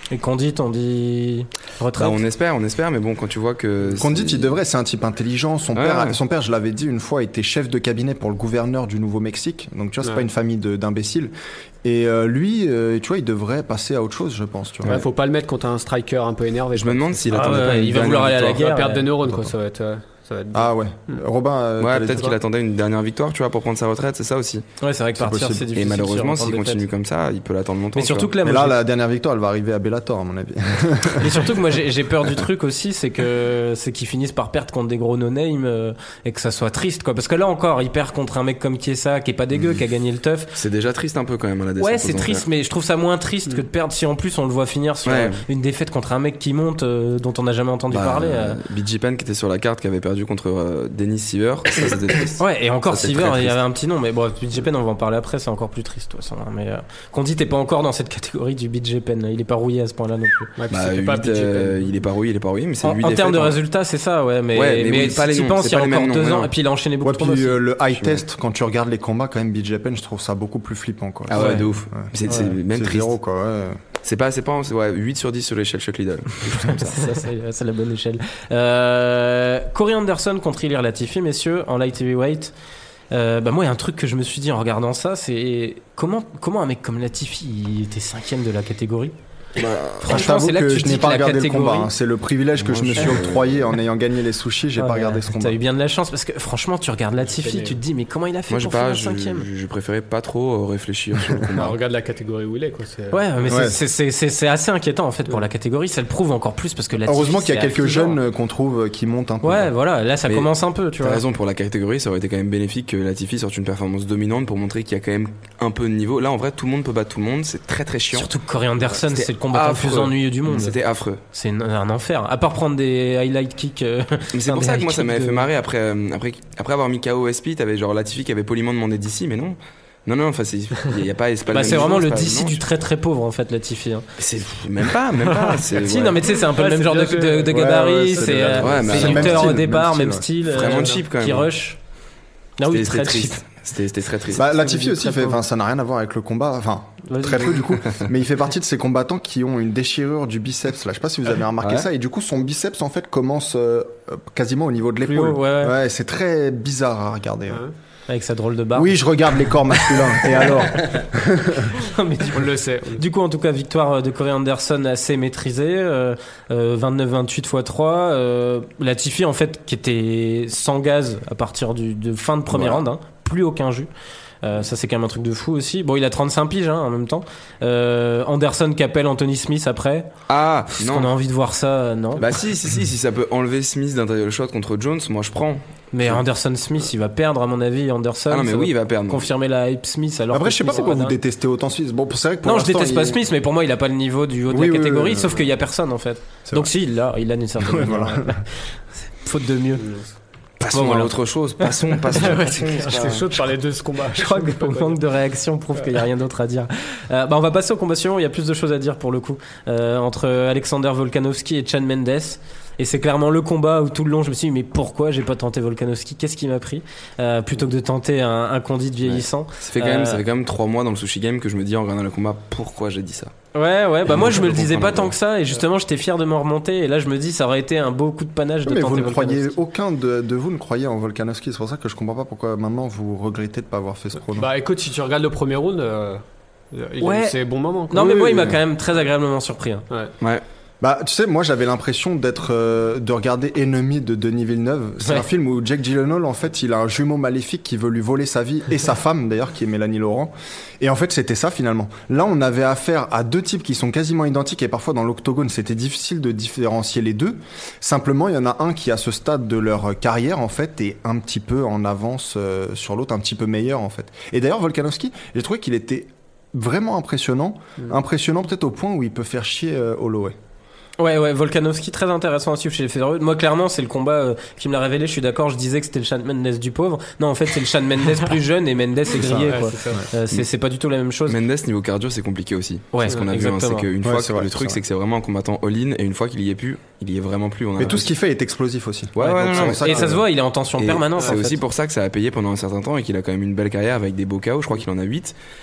Et Condit, on dit retraite. Bah, on espère, on espère, mais bon, quand tu vois que. Condit, c'est- il devrait, c'est un type intelligent. Son Ouais, père, ouais. son père, je l'avais dit une fois, était chef de cabinet pour le gouverneur du Nouveau-Mexique. Donc tu vois, c'est Ouais. pas une famille de- d'imbéciles. Et euh, lui, euh, tu vois, il devrait passer à autre chose, je pense. Tu vois. Ouais, faut pas le mettre contre un striker un peu énervé. Je me demande s'il Ah attendait ouais, pas une il va dernière vouloir aller à la victoire. Il va guerre, perdre ouais. des neurones, quoi. Ça va être. euh, Ça va être... Ah ouais. Robin. euh, Ouais, t'allais peut-être dire qu'il quoi attendait une dernière victoire, tu vois, pour prendre sa retraite, c'est ça aussi. Ouais, c'est vrai que C'est partir, possible. c'est Et difficile. malheureusement, sur s'il autant de continue défaites. comme ça, il peut l'attendre longtemps. Mais tu surtout vois. que là, Mais moi, là, j'ai- la dernière victoire, elle va arriver à Bellator, à mon avis. Et surtout que moi j'ai j'ai peur du truc aussi, c'est que c'est qu'ils finissent par perdre contre des gros no-name euh, et que ça soit triste quoi. Parce que là encore, il perd contre un mec comme Chiesa qui est pas dégueu, qui a gagné le teuf. C'est déjà triste un peu quand même à la descente. Ouais, aux c'est enfers. triste, mais je trouve ça moins triste que de perdre si en plus on le voit finir sur Ouais. euh, une défaite contre un mec qui monte euh, dont on n'a jamais entendu Bah, parler. euh. B J Penn qui était sur la carte, qui avait perdu contre euh, Dennis Seaver, ça c'était triste. Ouais, et encore Ça, c'est Seaver, très il y triste. avait un petit nom, mais bon, B J Penn, on va en parler après, c'est encore plus triste, de toute façon. hein, Mais euh, Condit t'es pas encore dans cette catégorie du B J Penn, il est pas rouillé à ce point-là non plus. Ouais, puis Bah, c'était pas huit, P J P. euh, il est pas rouillé, il est pas rouillé, mais c'est En, huit en termes de défaites, hein. résultats, c'est ça, ouais, mais, Ouais, mais mais, oui, pas les si tu noms, penses, c'est il y a pas les encore mêmes deux noms, ans, ouais. et puis il a enchaîné beaucoup Ouais, de tournois. puis aussi. euh, le high Je- test, quand tu regardes les combats, quand même, B J Penn, je trouve ça beaucoup plus flippant, quoi. Ah ouais, Ouais. de ouf. Ouais. C'est c'est Ouais. même C'est triste. zéro, quoi, ouais. C'est pas, c'est pas, c'est ouais, huit sur dix sur l'échelle Chuck Liddell. Quelque chose comme ça. C'est ça, c'est, c'est la bonne échelle. Euh, Corey Anderson contre Ilir Latifi, messieurs, en light heavyweight. Euh, bah moi, il y a un truc que je me suis dit en regardant ça, c'est comment, comment un mec comme Latifi, il était cinquième de la catégorie. Je Franchement, t'avoue c'est là que que tu je te n'ai dis pas que la regardé le catégorie- combat. hein. C'est le privilège que Moi, je me je- suis octroyé en ayant gagné les sushis. J'ai Ah pas ouais, regardé ce combat. T'as eu bien de la chance parce que franchement, tu regardes Latifi, tu te dis mais comment il a fait Moi, j'ai pour pas, finir je, cinquième. je préférais pas trop euh, réfléchir sur le Bah, combat. regarde la catégorie où il est, quoi. C'est... Ouais, mais Ouais. c'est, c'est, c'est, c'est assez inquiétant en fait pour la catégorie. Ça le prouve encore plus parce que Latifi. Heureusement qu'il y a c'est quelques affligeant. jeunes euh, qu'on trouve euh, qui montent un peu. Ouais, voilà, là ça Mais commence un peu, tu T'as vois. raison, pour la catégorie, ça aurait été quand même bénéfique que Latifi sorte une performance dominante pour montrer qu'il y a quand même un peu de niveau. Là, en vrai, tout le monde peut battre tout le monde, c'est très très chiant. Surtout que Corey Anderson, C'était c'est le combattant le plus affreux. ennuyeux du monde. C'était affreux. C'est un, un enfer. À part prendre des highlight kicks. euh, Mais c'est un pour des ça que moi high ça m'avait kicks fait de- marrer après, euh, après, après avoir mis K O S P, t'avais genre Latifi qui avait poliment demandé d'ici, mais non. Non, non, enfin, il y a pas, c'est pas Bah, le c'est même vraiment niveau, le c'est pas- D C non, du je- très très pauvre en fait, Latifi. Hein. C'est même pas, même pas. c'est- Si, ouais. non, mais tu sais, c'est un peu Ouais, le même c'est genre de, bien de, fait. de Ouais, gabarit. ouais, c'est c'est déjà- euh, Ouais, mais c'est c'est le même lutteur style, au même départ, style, même ouais. style. Vraiment euh, cheap, quand Qui même. rush. Ah oui, C'était très c'était cheap. triste. C'était c'était très triste. Bah, Latifi aussi, Très fait, pauvre. enfin, ça n'a rien à voir avec le combat, enfin, Vas-y. très peu du coup, mais il fait partie de ces combattants qui ont une déchirure du biceps, là. Je sais pas si vous avez remarqué Ouais. ça, et du coup, son biceps, en fait, commence euh, euh, quasiment au niveau de Plus l'épaule. haut, ouais, ouais. c'est très bizarre à regarder. ouais. Hein. Avec sa drôle de barbe. Oui, je regarde les corps masculins, et alors Mais du, On le sait. du coup, en tout cas, victoire de Corey Anderson assez maîtrisée. Euh, euh, vingt-neuf vingt-huit fois trois. Euh, Latifi, en fait, qui était sans gaz à partir du, de fin de premier Voilà. round. Hein, plus aucun jus. Euh, ça c'est quand même un truc de fou aussi. Bon, il a trente-cinq piges hein, en même temps. Euh, Anderson qui appelle Anthony Smith après. Ah, Est-ce qu'on a non. envie de voir ça euh, Non. Bah si, si, si, si ça peut enlever Smith d'un title shot contre Jones, moi je prends. Mais Anderson Smith, il va perdre à mon avis. Anderson. Ah non, mais ça oui, va il va perdre. confirmer la hype Smith. Alors Après, que je sais pas Smith, pourquoi c'est vous dingue. détestez autant Smith. Bon, c'est vrai que pour Non, je l'instant, déteste pas il- Smith, mais pour moi, il a pas le niveau du haut de Oui, la oui, catégorie. oui, oui, sauf oui. qu'il y a personne en fait. C'est Donc vrai. si, il l'a, il l'a d'une certaine Ouais, manière. voilà. C'est faute de mieux. Passons Bon, voilà. à autre chose. Passons, passons. Ouais, passons, c'est c'est J'étais pas- chaud de parler de ce combat. Je crois que le manque de réaction prouve qu'il n'y a rien d'autre à dire. Euh, bah on va passer au combat suivant. Il y a plus de choses à dire pour le coup. Euh, entre Alexander Volkanovski et Chad Mendes. Et c'est clairement le combat où tout le long je me suis dit mais pourquoi j'ai pas tenté Volkanovski, qu'est-ce qui m'a pris euh, plutôt que de tenter un, un Condit vieillissant. Ça fait quand même, Euh, ça fait quand même trois mois dans le sushi game que je me dis en regardant le combat pourquoi j'ai dit ça. Ouais ouais bah Et moi moi, je je me le peux disais pas comprendre, tant ouais. que ça et justement j'étais fier de m'en remonter et là je me dis ça aurait été un beau coup de panache de Mais vous tenter ne croyez, Volkanovski. aucun de, de vous ne croyez en Volkanovski. C'est pour ça que je comprends pas pourquoi maintenant vous regrettez de pas avoir fait ce pronom. Bah écoute, si tu regardes le premier round, euh, il Ouais. a eu ses bons moments. quoi. Non mais Oui, moi il oui, m'a oui. quand même très agréablement surpris. Hein. Ouais. Ouais. Bah, tu sais, moi j'avais l'impression d'être, euh, de regarder Ennemi de Denis Villeneuve. C'est Ouais. un film où Jake Gyllenhaal, en fait, il a un jumeau maléfique qui veut lui voler sa vie et sa femme d'ailleurs, qui est Mélanie Laurent. Et en fait, c'était ça finalement. Là, on avait affaire à deux types qui sont quasiment identiques et parfois dans l'octogone, c'était difficile de différencier les deux. Simplement, il y en a un qui, à ce stade de leur carrière, en fait, est un petit peu en avance euh, sur l'autre, un petit peu meilleur en fait. Et d'ailleurs, Volkanovski, j'ai trouvé qu'il était vraiment impressionnant, impressionnant peut-être au point où il peut faire chier euh, Holloway. Ouais, ouais, Volkanovski, très intéressant à suivre chez les fédéraux. Moi, clairement, c'est le combat euh, qui me l'a révélé. Je suis d'accord, je disais que c'était le Shawn Mendes du pauvre. Non, en fait, c'est le Shawn Mendes plus jeune et Mendes est grillé, Ouais, quoi. c'est ça. Euh, c'est, c'est pas du tout la même chose. Mendes niveau cardio c'est compliqué aussi. Ouais, c'est ce qu'on a vu, hein, c'est exactement. qu'une Ouais, fois c'est que vrai, le truc c'est c'est que c'est vraiment un combattant all-in et une fois qu'il y est plus, il y est vraiment plus. On a Mais tout ce qu'il fait est explosif aussi. Ouais, ouais, Donc, non, c'est non, pour ça Et que- ça se voit, il est en tension Et permanente. C'est en aussi fait. pour ça que ça a payé pendant un certain temps et qu'il a quand même une belle carrière avec des beaux K O. Je crois qu'il en a huit.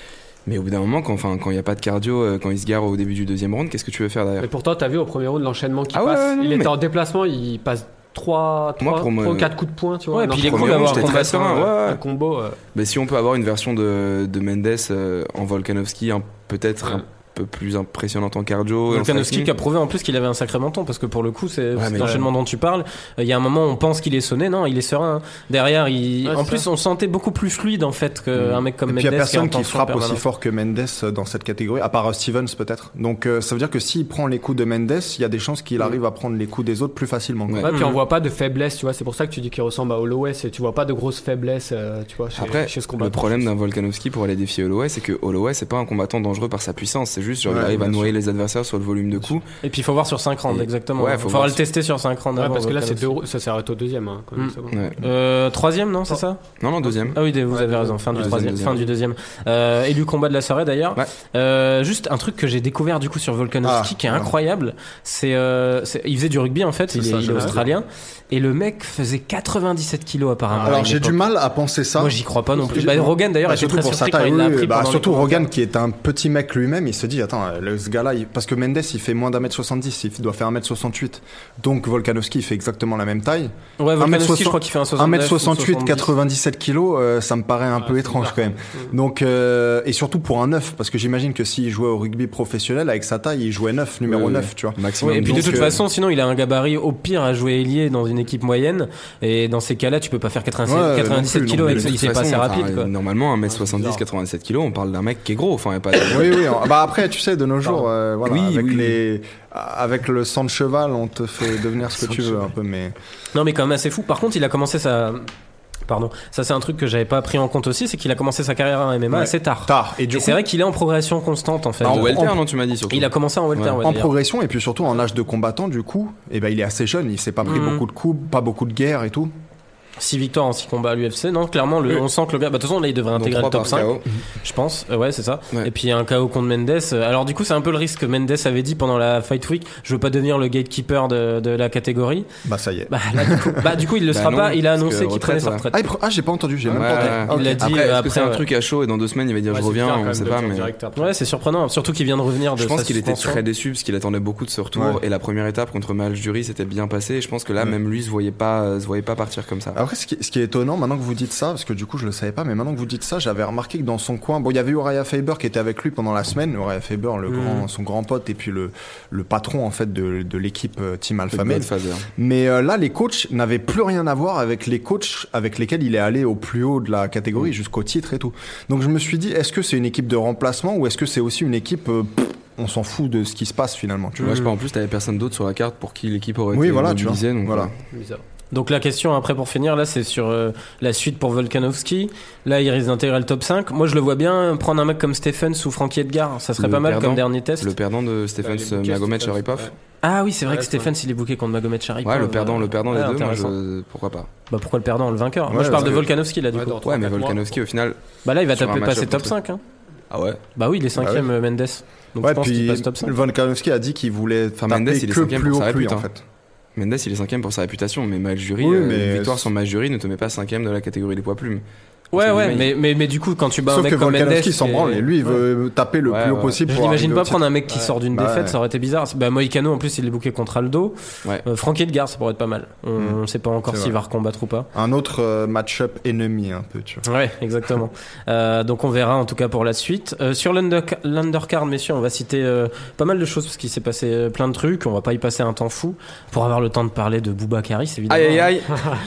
Mais au bout d'un moment, quand enfin quand il y a pas de cardio, euh, quand il se gare au début du deuxième round, qu'est-ce que tu veux faire derrière? Mais pourtant, t'as vu au premier round l'enchaînement qui Ah ouais, passe. ouais, non, il mais- était en déplacement, il passe trois Moi, pour me- ou quatre coups de poing, tu vois. Ouais, Non, puis il est premier cool round, d'avoir un j'étais combat très serein, serein. ouais, ouais. un combo. euh, Mais si on peut avoir une version de, de Mendes euh, en Volkanovski, un- peut-être Ouais. un peu plus impressionnante en cardio. et en Volkanovski striking. qui a prouvé en plus qu'il avait un sacré menton parce que pour le coup c'est Ouais, cet mais- enchaînement dont tu parles, euh, il y a un moment où on pense qu'il est sonné, non il est serein, derrière il... Ouais, en c'est plus ça. on sentait beaucoup plus fluide en fait qu'un Mm. mec comme Et Mendes puis il n'y a qui est en personne qui tension frappe aussi permanente. fort que Mendes dans cette catégorie, à part euh, Stevens peut-être. Donc euh, ça veut dire que s'il prend les coups de Mendes, il y a des chances qu'il arrive à prendre les coups des autres plus facilement. quoi. Ouais. Ouais, puis Mhm. on voit pas de faiblesse, tu vois. C'est pour ça que tu dis qu'il ressemble à Holloway. C'est tu vois pas de grosses faiblesses, euh, tu vois. Chez, Après, chez ce le combattant. problème d'un Volkanovski pour aller défier Holloway, c'est que Holloway, c'est pas un combattant dangereux par sa puissance. C'est juste, genre, Ouais, il arrive à bien noyer les adversaires sur le volume de coups. Et puis il faut voir sur cinq rounds Et- exactement, ouais, il faut faut voir le si- Ouais, tester sur cinq rounds Ouais, avant, parce que là, c'est Volkanovski. deux, ça s'est arrêté au deuxième. Hein, quand même, Mm. c'est bon. Ouais. Euh, troisième non c'est ça? Non, non, deuxième. Ah oui, vous Ouais, avez deuxième. raison, fin du Ouais, troisième, deuxième. fin du deuxième. Euh, élu combat de la soirée d'ailleurs. Ouais. Euh, juste un truc que j'ai découvert du coup sur Volkanovski Ah, qui est ouais. incroyable, c'est, euh, c'est- il faisait du rugby en fait, C'est il, ça, est, il est j'allais australien et le mec faisait quatre-vingt-dix-sept kilos apparemment. à Alors une j'ai du époque. mal à penser ça. Moi j'y crois pas non plus. J'ai- Bah, Rogan d'ailleurs Bah, était surtout très pour sa surpris quand taille, il l'a oui, appris bah, pendant les surtout commentaires. Rogan qui est un petit mec lui-même, il se dit attends, le- ce gars-là, il- parce que Mendes il fait moins d'un mètre soixante-dix, il doit faire un mètre soixante-huit. Donc Volkanovski il fait exactement la même taille. Ouais, un mètre Volkanovski je crois qu'il fait un un soixante-neuf mètre ou soixante-huit, soixante-dix. quatre-vingt-dix-sept kilos, euh, ça me paraît un Ah, peu c'est étrange bizarre, quand même. Mm. Donc euh, et surtout pour un neuf, parce que j'imagine que s'il jouait au rugby professionnel avec sa taille, il jouait neuf, numéro Oui, neuf, oui. tu vois. Maximum. Ouais, et puis de Donc, toute euh, façon, sinon il a un gabarit au pire à jouer ailier dans une équipe moyenne. Et dans ces cas-là, tu peux pas faire quatre-vingt-sept, Ouais, quatre-vingt-dix-sept non plus, kilos non avec plus. ça, De il toute s'est pas assez façon, rapide enfin, quoi. Normalement, un mètre Ah, soixante-dix, bizarre. quatre-vingt-sept kilos, on parle d'un mec qui est gros. Enfin, y a pas de... Oui, oui. on- Bah après, tu sais, de nos jours, euh, voilà, Oui, avec oui, oui. les, avec le sang de cheval, on te fait devenir ce que Sang tu de veux cheval. un peu, mais. Non mais quand même assez fou. Par contre, il a commencé sa... Pardon, ça c'est un truc que j'avais pas pris en compte aussi, c'est qu'il a commencé sa carrière en M M A Ouais. assez tard. Tard. Et du Et coup, c'est vrai qu'il est en progression constante en fait. Ah, en en- welter, en- non, tu m'as dit surtout. Il a commencé en welter, Ouais. ouais, en d'ailleurs. progression et puis surtout en âge de combattant, du coup, et ben il est assez jeune, il s'est pas pris Mhm. beaucoup de coups, pas beaucoup de guerres et tout. six victoires en six combats à l'U F C. Non, clairement, le, Oui. on sent que le gars. Bah, de toute façon, là, il devrait Dont intégrer le trois top par cinq, K O. je pense. Euh, ouais, c'est ça. Ouais. Et puis, un K O contre Mendes. Euh, Alors, du coup, c'est un peu le risque que Mendes avait dit pendant la Fight Week. Je veux pas devenir le gatekeeper de, de la catégorie. Bah ça y est. Bah, là, du coup, bah, du coup, il le Bah sera non, pas. Il a parce que annoncé qu'il prenait retraite, sa ouais. retraite. Ah, il pre- ah, j'ai pas entendu, j'ai Ouais, même pas entendu. ouais. Ah, Il ok. l'a dit, Après, euh, est-ce que après, c'est un ouais. truc à chaud et dans deux semaines il va dire Ouais, je c'est reviens, bizarre, quand on même, sait de pas, dire mais direct après. Ouais, c'est surprenant. Surtout qu'il vient de revenir de je pense sa qu'il était suspension. très déçu parce qu'il attendait beaucoup de ce retour Ouais. et la première étape contre Maljury s'était bien passée et je pense que là Ouais. même lui se voyait pas euh, se voyait pas partir comme ça. Après, ce qui, ce qui est étonnant, maintenant que vous dites ça, parce que du coup je le savais pas, mais maintenant que vous dites ça, j'avais remarqué que dans son coin, bon, il y avait Uriah Faber qui était avec lui pendant la semaine, Uriah Faber, le Mhm. grand, son grand pote, et puis le, le patron en fait de, de l'équipe euh, Team Alpha Le Male. Godfather. Mais euh, là, les coachs n'avaient plus rien à voir avec les coachs avec lesquels il est allé au plus haut de la catégorie, jusqu'au titre et tout. Donc je me suis dit, est-ce que c'est une équipe de remplacement ou est-ce que c'est aussi une équipe, euh, pff, on s'en fout de ce qui se passe finalement, tu vois. Ouais, je sais pas, en plus t'avais personne d'autre sur la carte pour qui l'équipe aurait Oui, été voilà, tu vois. mobilisée, donc Voilà. voilà. Bizarre. Donc la question après pour finir là c'est sur euh, la suite pour Volkanovski. Là il risque d'intégrer le top cinq. Moi je le vois bien prendre un mec comme Stephens ou Frankie Edgar. Ça serait Le pas mal perdant. comme dernier test. Le perdant de Stephens Ouais, il est booké, Magomed Stephens, Sharipov. ouais. Ah oui c'est vrai Ouais, que c'est Stephens il est booké contre Magomed Sharipov. Ouais, le perdant, le perdant Ouais, des deux, moi, intéressant. je... pourquoi pas. Bah pourquoi le perdant, le vainqueur. Moi Ouais, je parle parce de que- Volkanovski là du Ouais, coup. dans trois, Ouais, mais quatre mois. Volkanovski au final. Bah là il va sur un taper match-up passer top contre- cinq hein. Ah ouais. Bah oui il est cinquième euh, Mendes. Donc Ouais, je pense qu'il puis passe top cinq. Volkanovski a dit qu'il voulait Enfin, taper Mendes, il est que cinquième plus pour haut sa que lui répute, en hein. fait. Mendes, il est cinquième pour sa réputation, mais Maljury, Oui, euh, mais- une victoire sans Maljury ne te met pas cinquième de la catégorie des poids plumes. Ouais Entre ouais guillemets, mais, mais, mais du coup quand tu bats un Sauf mec que comme Mendes Volkanovski s'en qui est- branle et lui il veut taper le Ouais, plus haut ouais. possible Je pour l'imagine arriver pas au prendre un titre. mec qui Ouais. sort d'une Bah défaite, ouais. ça aurait été bizarre. Bah Moïcano en plus il est booké contre Aldo. Ouais. Euh, Frankie Edgar ça pourrait être pas mal. On, Mm. on sait pas encore C'est s'il vrai. va recombattre ou pas. Un autre euh, match-up ennemi un peu, tu vois. Ouais, exactement. euh, donc on verra en tout cas pour la suite. Euh, sur l'underca- l'undercard, messieurs, on va citer euh, pas mal de choses parce qu'il s'est passé euh, plein de trucs. On va pas y passer un temps fou pour avoir le temps de parler de Boubacaris, évidemment. Aïe aïe aïe.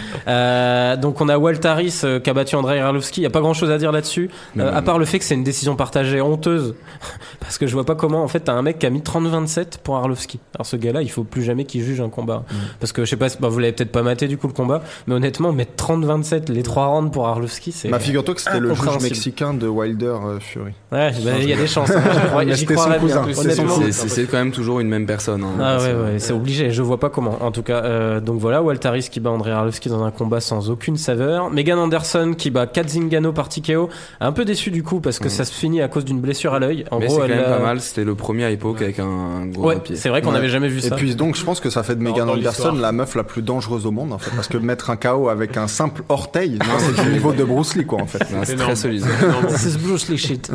Euh, donc on a Waltaris euh, qui a battu Andrei Arlovski. Il y a pas grand chose à dire là-dessus, Non, euh, non, à non. part le fait que c'est une décision partagée honteuse. Parce que je vois pas comment. En fait, t'as un mec qui a mis trente vingt-sept pour Arlovski. Alors ce gars-là, il faut plus jamais qu'il juge un combat. Mm. Parce que je sais pas, bah, vous l'avez peut-être pas maté du coup le combat, mais honnêtement, mettre trente vingt-sept les trois rounds pour Arlovski, c'est. Bah, figure-toi que c'était le juge incompréhensible. mexicain de Wilder euh, Fury. Ouais, bah, il y a des chances. hein. J'y crois- Mais J'y c'était son croirais bien. cousin. C'est Honnêtement. son- C'est- C'est c'est quand même toujours une même personne. hein. Ah ouais, C'est- ouais, c'est obligé. Je vois pas comment. En tout cas, euh, donc voilà, Waltaris qui bat Andrei Arlovski dans un combat sans aucune saveur. Megan Anderson qui bat Kat Zingano par T K O. Un peu déçu du coup parce que mmh. ça se finit à cause d'une blessure à l'œil. En mais gros, c'est quand elle même a... pas mal. C'était le premier à l'époque ouais. avec un, un gros ouais, pied. C'est vrai qu'on n'avait ouais. jamais vu ça. Et puis donc je pense que ça fait de Megan Anderson la meuf la plus dangereuse au monde en fait, parce que mettre un K O avec un simple orteil, non, c'est du niveau de Bruce Lee quoi en fait. Non, c'est très solide. C'est Bruce Lee shit.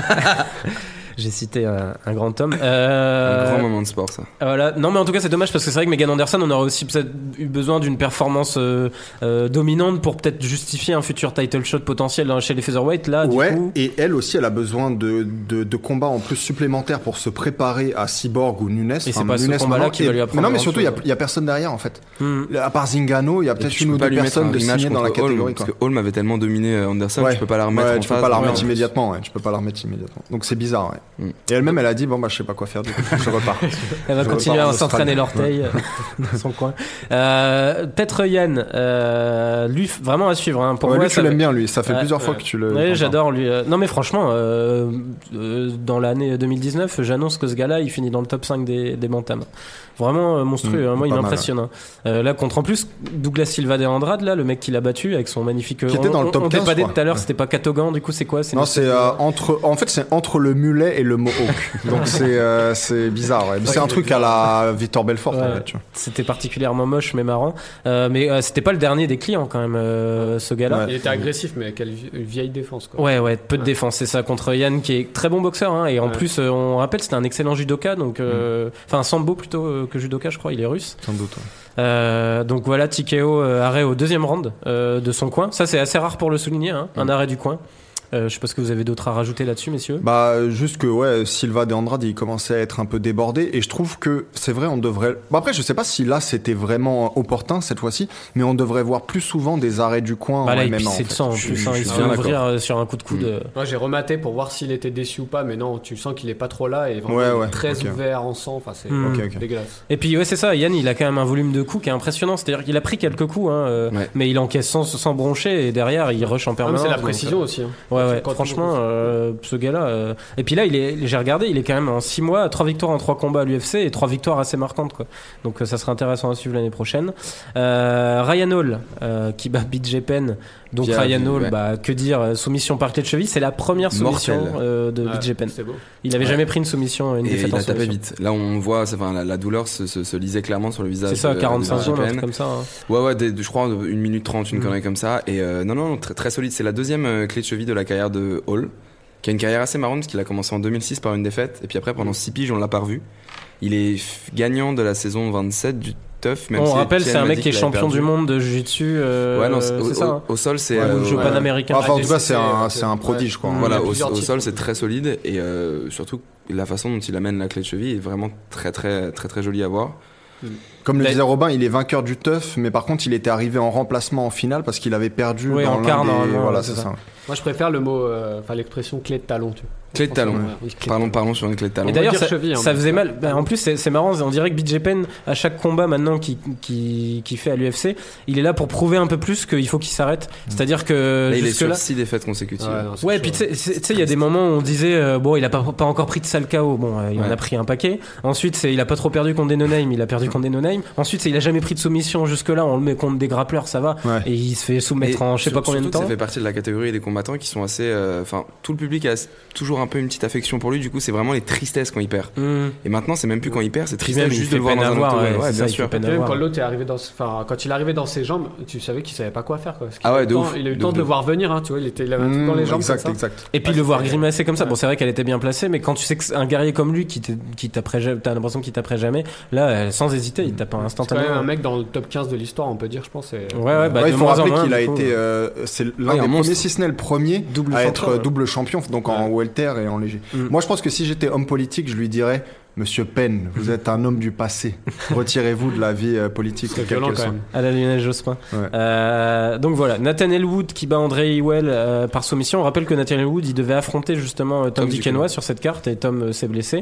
J'ai cité un, un grand homme. Euh... Un grand moment de sport, ça. Voilà. Non, mais en tout cas, c'est dommage parce que c'est vrai que Megan Anderson, on aurait aussi peut-être eu besoin d'une performance euh, euh, dominante pour peut-être justifier un futur title shot potentiel chez les featherweight. Là, ouais, du coup... et elle aussi, elle a besoin de, de, de combats en plus supplémentaires pour se préparer à Cyborg ou Nunes. Et c'est enfin, pas Nunes ce combat-là qui va lui apprendre. Mais non, mais surtout, il n'y a, a personne derrière en fait. Mm. À part Zingano, il y a peut-être une ou deux personnes de signer dans la catégorie. Parce que Holm avait tellement dominé Anderson, ouais. tu peux pas la remettre ouais, en tu face. peux pas la remettre immédiatement. Ouais, tu peux pas la remettre immédiatement. Donc c'est bizarre. Ouais. Mm. Et elle-même, elle a dit bon bah je sais pas quoi faire du coup, je repars. Elle va je continuer à s'entraîner l'orteil dans son coin. Euh, peut-être Yann, euh, lui vraiment à suivre. Hein. Pour ouais, moi, lui, tu ça... l'aimes bien lui. Ça fait ouais, plusieurs ouais. fois que tu le. Oui, j'adore lui. Non mais franchement, euh, euh, dans l'année deux mille dix-neuf, j'annonce que ce gars-là, il finit dans le top cinq des, des bantams. Vraiment euh, monstrueux. Mmh, hein. Moi, il m'impressionne. Hein. Euh, là, contre en plus Douglas Silva de Andrade, là, le mec qui l'a battu avec son magnifique. Qui était dans le top on, on quinze. On t'a pas dit tout à l'heure, ouais. c'était pas Katogan. Du coup, c'est quoi? C'est non, c'est euh, entre. En fait, c'est entre le mulet et le mohawk. Donc c'est euh, c'est bizarre. Ouais. C'est un truc à la Victor Belfort. Ouais, en fait, tu vois. C'était particulièrement moche, mais marrant. Euh, mais euh, c'était pas le dernier des clients quand même, euh, ce gars-là. Ouais. Il était agressif, mais quelle vieille défense. Quoi. Ouais, ouais, peu de ouais. défense. C'est ça contre Yann, qui est très bon boxeur. Hein, et en ouais. plus, euh, on rappelle, c'était un excellent judoka. Donc, euh, enfin, mm. sambo plutôt euh, que judoka, je crois. Il est russe. Sans doute. Ouais. Euh, donc voilà, T K O euh, arrêt au deuxième round euh, de son coin. Ça, c'est assez rare pour le souligner. Hein, mm. Un arrêt du coin. Euh, je sais pas ce que vous avez d'autre à rajouter là-dessus, messieurs. Bah juste que ouais, Silva de Andrade, il commençait à être un peu débordé et je trouve que c'est vrai, on devrait. Bon après, je sais pas si là c'était vraiment opportun cette fois-ci, mais on devrait voir plus souvent des arrêts du coin. Bah là, en il M M A, pissait de sang en plus. Hein, il se fait ouvrir sur un coup de coude. Mmh. Moi, j'ai rematé pour voir s'il était déçu ou pas, mais non, tu sens qu'il est pas trop là et vraiment ouais, ouais, très okay. ouvert en sang. Enfin, c'est mmh. okay, okay. dégueulasse. Et puis ouais, c'est ça. Yann, il a quand même un volume de coups qui est impressionnant. C'est-à-dire qu'il a pris quelques coups, hein, euh, ouais. mais il encaisse sans, sans broncher et derrière, il rush en permanence. C'est la précision aussi. Hein. Ouais, ouais. Franchement. Euh, ce gars-là. Euh... Et puis là, il est, j'ai regardé, il est quand même en six mois, trois victoires en trois combats à l'U F C et trois victoires assez marquantes, quoi. Donc euh, ça serait intéressant à suivre l'année prochaine. Euh, Ryan Hall, euh, qui bat B J Penn. Donc Pierre, Ryan Hall, ouais. bah, que dire, soumission par clé de cheville, c'est la première soumission euh, de ah, B J Penn. C'est beau. Il avait ouais. jamais pris une soumission, une et défaite il en a tapé soumission. vite. Là, on voit, enfin, la, la douleur se, se, se lisait clairement sur le visage. C'est ça, quarante-cinq secondes, un truc comme ça. Hein. Ouais, ouais, des, je crois une minute trente, une mmh. connerie comme ça. Et euh, non, non, très, très solide. C'est la deuxième euh, clé de cheville de la carrière de Hall, qui a une carrière assez marrante parce qu'il a commencé en deux mille six par une défaite et puis après pendant six piges on l'a pas revu. Il est f- gagnant de la saison vingt-sept du Tough. Même on si rappelle, c'est un mec qui est champion perdu. du monde de jiu-jitsu. Euh, ouais, non, c'est, c'est au, ça. Hein. Au, au sol, c'est ouais, euh, ou jeu ouais. panaméricain. Enfin, en tout cas, c'est un, c'est un prodige, ouais. quoi. Voilà, au, au sol, c'est très solide et euh, surtout la façon dont il amène la clé de cheville est vraiment très, très, très, très jolie à voir. Comme le La... disait Robin, il est vainqueur du Tough, mais par contre, il était arrivé en remplacement en finale parce qu'il avait perdu oui, dans en quart, des... normalement. Voilà, ouais, c'est ça. ça. Moi, je préfère le mot, enfin euh, l'expression clé de talon. Tu vois. Clé de talon. Ouais. Oui, clé parlons, de parlons sur une clé de talon. Et d'ailleurs, ça, cheville, hein, ça faisait mal. Bah, en plus, c'est, c'est marrant. On dirait que B J Penn, à chaque combat maintenant qu'il qui, qui fait à l'U F C, il est là pour prouver un peu plus qu'il faut qu'il s'arrête. C'est-à-dire que là, il est sur là... six défaites consécutives. Ouais, non, ouais puis tu sais, il y a des moments où on disait euh, bon, il a pas, pas encore pris de sale K O. Bon, euh, il ouais. en a pris un paquet. Ensuite, c'est il a pas trop perdu contre des no-name. Il a perdu contre des no-name. Ensuite, c'est il a jamais pris de soumission jusque-là. On le met contre des grappleurs, ça va. Ouais. Et il se fait soumettre et en je sais pas combien de temps. Ça fait partie de la catégorie des combattants qui sont assez. Enfin, euh, tout le public a toujours un peu une petite affection pour lui. Du coup, c'est vraiment les tristesses quand il perd. Mmh. Et maintenant, c'est même plus quand il perd, c'est tristesse juste de le voir dans un octogone. Ouais, ouais, bien sûr. Même quand l'autre est arrivé dans, enfin, quand il est arrivé dans ses jambes, tu savais qu'il savait pas quoi faire, quoi. Ah ouais, de ouf. Il a eu le temps de le voir venir, hein, tu vois. Il était, il avait un truc dans les jambes. Exact, exact. Et puis le voir grimacer comme ça. Bon, c'est vrai qu'elle était bien placée, mais quand tu sais que c'est un guerrier comme lui qui qui taperait, t'as l'impression qu'il taperait jamais. Là, sans hésiter, il tape instantanément. C'est quand même un mec dans le top quinze de l'histoire, on peut dire, je pense. Ouais, ouais. Il faut rappeler qu'il a été, c'est l'un des premiers, si ce n'est le premier, à être double champion, donc en welter et en léger. Moi, je pense que si j'étais homme politique, je lui dirais Monsieur Penn, vous êtes un homme du passé. Retirez-vous de la vie euh, politique. C'est violent quand même. À la Lionel Jospin. Ouais. Euh, donc voilà, Nathaniel Wood qui bat André Ewell euh, par soumission. On rappelle que Nathaniel Wood, il devait affronter justement Tom, Tom Duquesnoy sur cette carte et Tom euh, s'est blessé.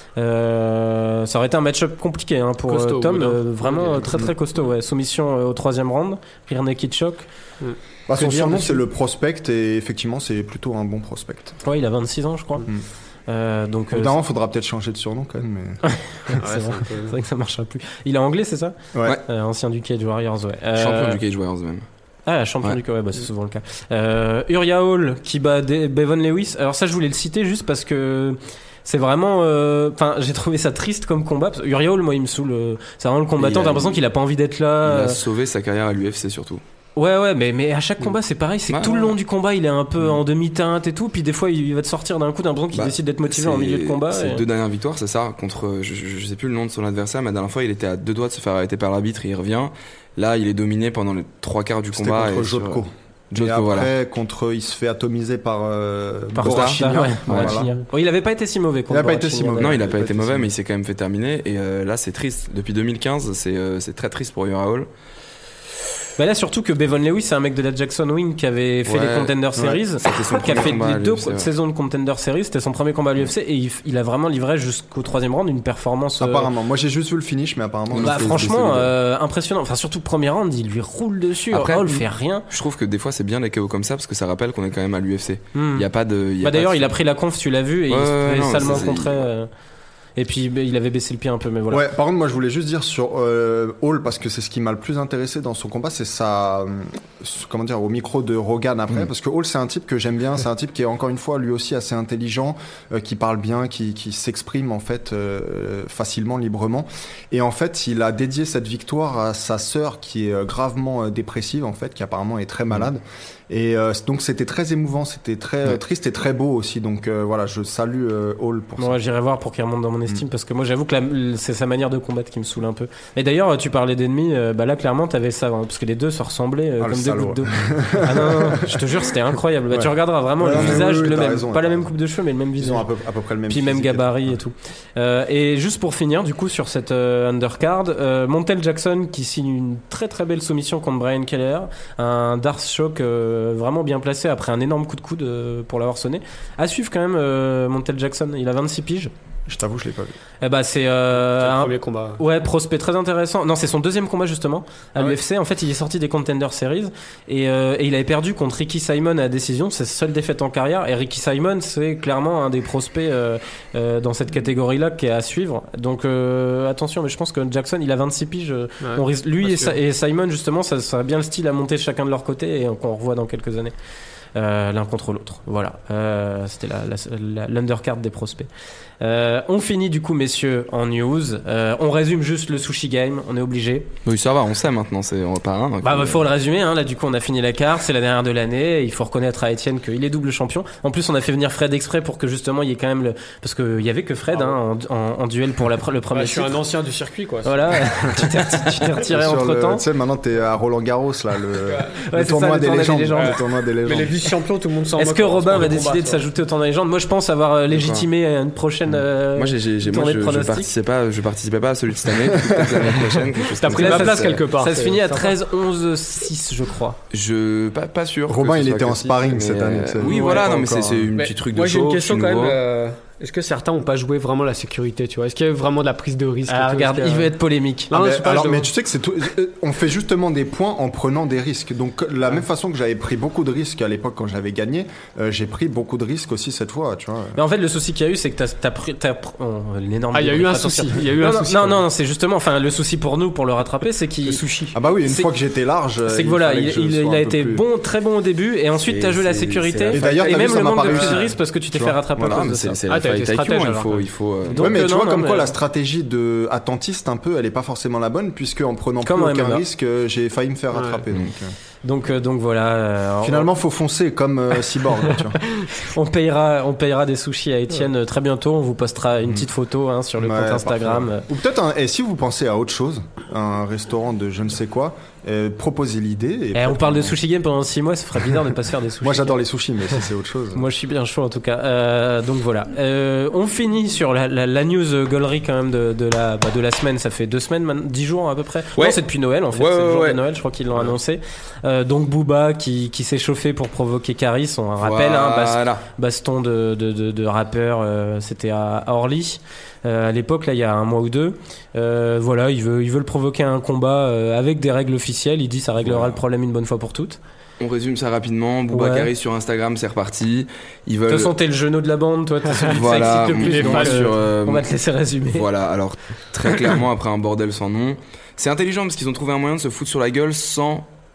Euh, ça aurait été un match-up compliqué hein, pour costaud, Tom. Euh, vraiment ouais, très très costaud. Ouais. Soumission euh, au troisième round. Rear naked choc. Mm. Bah, son surnom c'est le prospect et effectivement c'est plutôt un bon prospect. Ouais, il a vingt-six ans je crois. Mm. Euh, donc, euh, il faudra peut-être changer de surnom quand même. Mais... c'est, ouais, vrai. C'est, peu... c'est vrai que ça marchera plus. Il est anglais, c'est ça? Ouais. Euh, ancien du Cage Warriors, ouais. Euh... Champion du Cage Warriors même. Ah, la champion Ouais. du K O, ouais, bah, c'est souvent le cas. Euh, Uriah Hall qui bat De- Bevon Lewis. Alors ça, je voulais le citer juste parce que c'est vraiment. Enfin, euh, j'ai trouvé ça triste comme combat. Parce que Uriah Hall, moi, il me saoule. Euh, c'est vraiment le combattant. Il a- T'as l'impression qu'il a pas envie d'être là. Il euh. a sauvé sa carrière à l'U F C surtout. Ouais, ouais, mais, mais à chaque combat, c'est pareil. C'est que Ouais, tout le ouais. long du combat, il est un peu Mm. en demi-teinte et tout. Puis des fois, il va te sortir d'un coup, t'as l'impression qu'il Bah, décide d'être motivé C'est- en milieu de combat. Ses et- deux dernières victoires, c'est ça, contre, je, je, je sais plus le nom de son adversaire, mais la dernière fois, il était à deux doigts de se faire arrêter par l'arbitre, et il revient. Là, il est dominé pendant les trois quarts du C'était combat. contre et sur- Jotko. Et Jotko, après, voilà. contre, il se fait atomiser par, euh, Par Borrachinian. Costa, ouais, Voilà. Borrachinian. Bon, il avait pas été si mauvais contre Il a pas été si Borrachinian, mauvais. Non, d'ailleurs. il a il pas a été pas été mauvais, si mais il s'est quand même fait terminer. Et euh, là, c'est triste. Depuis deux mille quinze, c'est euh, c'est très triste pour Uriah Hall. Bah là, surtout que Bevon Lewis, c'est un mec de la Jackson Wing qui avait fait Ouais, les Contender Series, C'était son qui a premier fait combat à les deux l'U F C, ouais. saisons de Contender Series. C'était son premier combat à l'U F C et il, il a vraiment livré jusqu'au troisième round une performance. euh, Apparemment. Moi, j'ai juste vu le finish, mais apparemment. bah, c'était- franchement, c'était solide. euh, impressionnant. Enfin, surtout premier round, il lui roule dessus. Après, Hall fait rien. Je trouve que des fois, c'est bien les K O comme ça parce que ça rappelle qu'on est quand même à l'U F C. Hmm. Il y a pas de. il y a Bah pas d'ailleurs, de- il a pris la conf, tu l'as vu, et Ouais, il se ouais, fait non, salement ça, c'est- contrer. euh, Et puis bah, il avait baissé le pied un peu, mais voilà. Ouais, par contre, moi, je voulais juste dire sur euh, Hall, parce que c'est ce qui m'a le plus intéressé dans son combat, c'est sa. euh, Comment dire, au micro de Rogan après, Mm. parce que Hall, c'est un type que j'aime bien, c'est un type qui est encore une fois lui aussi assez intelligent, euh, qui parle bien, qui, qui s'exprime en fait euh, facilement, librement. Et en fait, il a dédié cette victoire à sa sœur qui est euh, gravement euh, dépressive, en fait, qui apparemment est très malade. Et euh, donc, c'était très émouvant, c'était très euh, Ouais. triste et très beau aussi. Donc euh, voilà, je salue euh, Hall pour ça. Moi, j'irai voir pour qu'il remonte dans mon estime, parce que moi, j'avoue que la- c'est sa manière de combattre qui me saoule un peu. Et d'ailleurs, tu parlais d'ennemis, euh, bah là, clairement, t'avais ça, hein, parce que les deux se ressemblaient euh, Ah, le comme deux salaud. gouttes d'eau. Ah non, non, non, je te jure, c'était incroyable. Bah, Ouais. Tu regarderas vraiment Ouais, le ouais, visage, oui, oui, le t'as même, raison, pas la t'as même raison. coupe de cheveux, mais le même Ils visage. ont à peu, à peu près le même Puis même physique et gabarit et tout. Euh, et juste pour finir, du coup, sur cette euh, undercard, euh, Montel Jackson qui signe une très très belle soumission contre Brian Keller, un Darce Shock euh, vraiment bien placé après un énorme coup de coude euh, pour l'avoir sonné. À suivre quand même, euh, Montel Jackson, il a vingt-six piges. Je t'avoue, je l'ai pas vu. Eh bah, c'est euh, C'est le un- premier combat. Ouais, prospect très intéressant. Non, c'est son deuxième combat justement à Ah ouais. l'U F C. En fait, il est sorti des Contender Series et, euh, et il avait perdu contre Ricky Simon à la décision. C'est sa seule défaite en carrière. Et Ricky Simon, c'est clairement un des prospects euh, euh, dans cette catégorie-là qui est à suivre. Donc euh, attention, mais je pense que Jackson, il a vingt-six piges. Ouais. On risque- lui Pas et, sûr. Sa- et Simon, justement, ça, ça a bien le style à monter chacun de leur côté et qu'on revoit dans quelques années. Euh, l'un contre l'autre. Voilà. Euh, c'était la, la, la- l'undercard des prospects. Euh, on finit du coup, messieurs, en news. Euh, on résume juste le sushi game. On est obligé. Oui, ça va, on sait maintenant, c'est on va pas un. Bah, il faut le résumer. Hein. Là, du coup, on a fini la carte. C'est la dernière de l'année. Il faut reconnaître à Étienne qu'il est double champion. En plus, on a fait venir Fred exprès pour que justement il y ait quand même le. Parce qu'il y avait que Fred Ah hein, en, en, en duel pour la, pre- le premier Ouais, je suis titre. un ancien du circuit, quoi. Voilà. tu t'es reti- tu t'es retiré Sur entre le- temps. Tu sais, maintenant t'es à Roland Garros, là, le, Ouais, le c'est tournoi ça, le des tournoi des légendes. légendes. Le tournoi des Mais les légendes. vice-champions, tout le monde s'en Est-ce moque que en Robin sport va de décider combat, de tu vois. s'ajouter au tournoi des légendes? Moi, je pense avoir euh, légitimé une prochaine. euh, Moi, j'ai, j'ai, j'ai- moi tournée je, de je pronostic. participais pas, je participais pas à celui de cette année. Peut-être l'année prochaine. quelque chose T'as comme pris ça. ma ça, place ça- quelque part. Ça se c'est finit à sympa. treize onze six, je crois. Je pas pas sûr. que Robin, ce il soit était en classique, sparring mais, cette année, euh, tu sais. Oui, Ouais, voilà, pas non, mais c'est, encore, c'est hein. une Mais petit truc de moi, j'ai show. une question petit quand même. nouveau. euh, Est-ce que certains n'ont pas joué vraiment la sécurité, tu vois? Est-ce qu'il y a vraiment de la prise de risque? et Ah, tout? regarde, Est-ce il que- veut être polémique. Non, Ah, je mais, sais pas, alors, je mais demande. tu sais que c'est tout, euh, on fait justement des points en prenant des risques. Donc, de la même façon que j'avais pris beaucoup de risques à l'époque quand j'avais gagné, euh, j'ai pris beaucoup de risques aussi cette fois, tu vois. Mais en fait, le souci qu'il y a eu, c'est que t'as, t'as pris. T'as, pr- oh, l'énorme Ah, il y a eu débrief, un attention. souci. Il y a eu Non, un non, souci. non, quand non, même. non, c'est justement. Enfin, le souci pour nous, pour le rattraper, c'est qu'il. Le sushi. Ah bah oui, une C'est- fois que j'étais large, C'est que il voilà, fallait il, que je il- sois il un a peu été plus- bon, très bon au début, et ensuite Et t'as joué la c'est- sécurité, c'est la Et d'ailleurs, et t'as même vu, ça le m'a manque pas de prise réussi. de risque parce que tu t'es Tu fait vois. rattraper Voilà, à cause mais de c'est, ça. c'est Ah, la t'as été fight I Q, stratège, il alors, faut, quoi. il faut. euh, Donc, ouais, mais euh, tu non, vois, non, comme mais- quoi la stratégie de attentiste un peu, elle est pas forcément la bonne, puisque en prenant Comme plus en aucun M M A. risque, euh, j'ai failli me faire Ouais. rattraper. Mm. Donc, euh, Donc, euh, donc voilà. euh, finalement, faut foncer comme euh, Cyborg, tu vois. on, on payera, on payera des sushis à Étienne euh, très bientôt. On vous postera une petite photo hein, sur le Ouais, compte Instagram. parfait. Ou peut-être, un, et si vous pensez à autre chose, un restaurant de je ne sais quoi, euh, proposez l'idée. Et Eh, peut-être on parle de qu'on- sushi game pendant six mois, ça ferait bizarre de ne pas se faire des sushis. Moi, j'adore les sushis, mais si c'est autre chose. Moi je suis bien chaud en tout cas. Euh, donc voilà. Euh, on finit sur la, la, la news euh, gaulerie quand même de, de, la, bah, de la semaine. Ça fait deux semaines, maintenant, dix jours à peu près. Ouais. Non, c'est depuis Noël en fait. Ouais, c'est le ouais, jour ouais. de Noël, je crois qu'ils l'ont annoncé. Euh, donc Booba qui, qui s'est chauffé pour provoquer Caris. On rappelle, hein, bast- Voilà. baston de, de, de, de rappeur. euh, C'était à, à Orly. Euh, à l'époque, là, il y a un mois ou deux. Euh, voilà, il veut, il veut le provoquer à un combat euh, avec des règles officielles. Il dit ça réglera Voilà. le problème une bonne fois pour toutes. On résume ça rapidement. Boubacar Ouais. sur Instagram, c'est reparti. Ils De veulent. toute façon, t'es le genou de la bande, toi, t'es celui qui Voilà, s'excite le plus. moi donc, euh, sur. euh, on va te laisser résumer. Voilà, alors très clairement après un bordel sans nom. C'est intelligent parce qu'ils ont trouvé un moyen de se foutre sur la gueule sans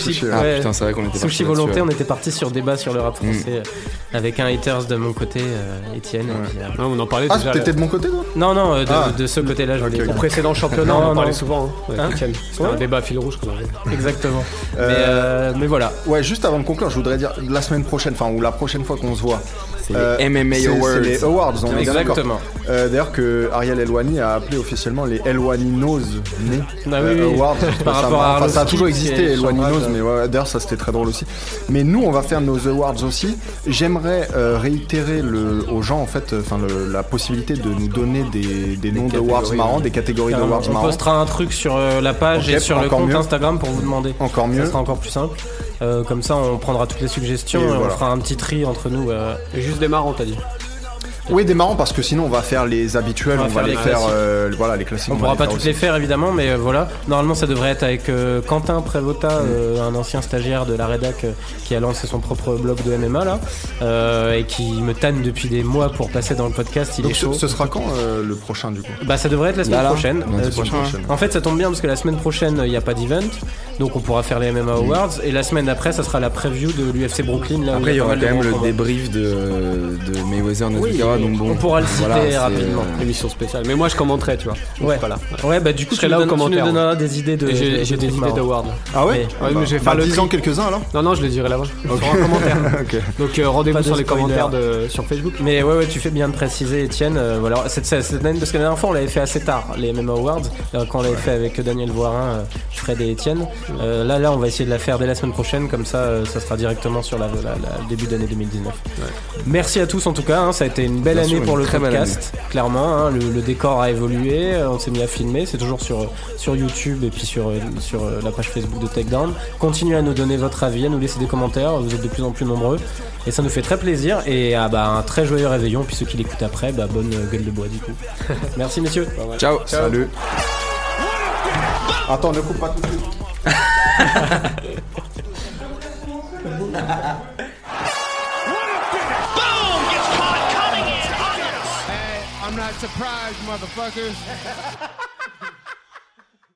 sushi. sushi, Ouais. Ah putain, c'est vrai qu'on était parti Sushi là-dessus, volonté, ouais. on était parti sur débat sur le rap Mm. français euh, avec un haters de mon côté, euh, Étienne. et Ouais. puis, euh, Ouais, on en parlait Ah, déjà. t'étais de mon côté, toi Non, non, euh, de, Ah. de ce côté-là, je voulais Ok, dire. Au précédent championnat, Non, on en non. parlait souvent. Hein, avec Hein Étienne. C'était Ouais. un débat fil rouge. Quoi. Exactement. Euh, Mais, euh, mais voilà. Ouais, juste avant de conclure, je voudrais dire la semaine prochaine, enfin, ou la prochaine fois qu'on se voit, C'est euh, les M M A c'est- Awards. c'est les Awards, on est bien d'accord. Exactement. Euh, d'ailleurs que Ariel Elwani a appelé officiellement les Elwaninos nés Ah oui, oui. Awards. Par Ça, rapport à enfin, ça a Arlovski, toujours qui existé est Elwaninos, chômage. mais ouais, d'ailleurs ça c'était très drôle aussi. Mais nous on va faire nos awards aussi. J'aimerais euh, réitérer le, aux gens en fait, enfin le, la possibilité de nous donner des, des noms d'awards marrants, des catégories Carrément. d'awards On marrants. postera un truc sur euh, la page Ok, et sur le encore compte mieux. Instagram pour vous demander. Encore mieux. Ça sera encore plus simple. Euh, comme ça, on prendra toutes les suggestions Et et, voilà. on fera un petit tri entre nous. euh. Et juste des marrants, t'as dit. Oui, des marrants parce que sinon on va faire les habituels, On on va va, faire les les faire, classiques. euh, voilà les classiques. On pourra pas toutes les faire évidemment, mais euh, voilà. Normalement, ça devrait être avec euh, Quentin Prévota, euh, un ancien stagiaire de la rédac euh, qui a lancé son propre blog de M M A là, euh, et qui me tanne depuis des mois pour passer dans le podcast. Il Donc est ce, chaud. ce sera quand euh, le prochain du coup? Bah ça devrait être la semaine Là, là. prochaine. Lundi Euh, prochain. prochaine. En fait, ça tombe bien parce que la semaine prochaine, il n'y a pas d'event, donc on pourra faire les M M A Awards. Et la semaine d'après, ça sera la preview de l'U F C Brooklyn. Là, où Après, il y a aura pas quand mal de même le gros combats. débrief de, de Mayweather Oui, Nasukawa, donc bon. on pourra le citer voilà, c'est- rapidement. Émission spéciale. Mais moi, je commenterai, tu vois. Je Ouais. suis pas là. Ouais, bah du coup, Je tu serai nous, là au donnes- tu nous commentaire, donneras des idées de. Et j'ai de- j'ai de des trucs idées marrants. d'awards. Ah ouais? Mais- Ouais, mais je vais Bah, faire le disons tri. quelques-uns alors. Non, non, je les dirai là-bas. Sur un commentaire. Ok. Donc euh, rendez-vous Pas de sur les spoiler. commentaires de, sur Facebook. Mais ouais, ouais, tu fais bien de préciser, Étienne. Euh, voilà, cette, cette, cette année, parce que la dernière fois, on l'avait fait assez tard, les M M A Awards. Euh, quand on l'avait fait avec Daniel Voirin, euh, Fred et Étienne. Euh, là, là, on va essayer de la faire dès la semaine prochaine, comme ça, euh, ça sera directement sur la, la- la- le début d'année deux mille dix-neuf. Merci à tous en tout cas. Hein, ça a été une belle Bien année sûr, pour une le très belle podcast. Clairement, hein, le, le décor a évolué. euh, On s'est mis à filmer. C'est toujours sur sur YouTube et puis sur euh, sur euh, la page Facebook de Takedown. Continuez à nous donner votre avis, à nous laisser des commentaires. Vous êtes de plus en plus nombreux et ça nous fait très plaisir. Et ah, bah, un très joyeux réveillon. Puis ceux qui l'écoutent après, bah, bonne euh, gueule de bois du coup. Merci messieurs. Ciao. Salut. Attends, ne coupe pas tout de suite. Hey, I'm not surprised, motherfuckers.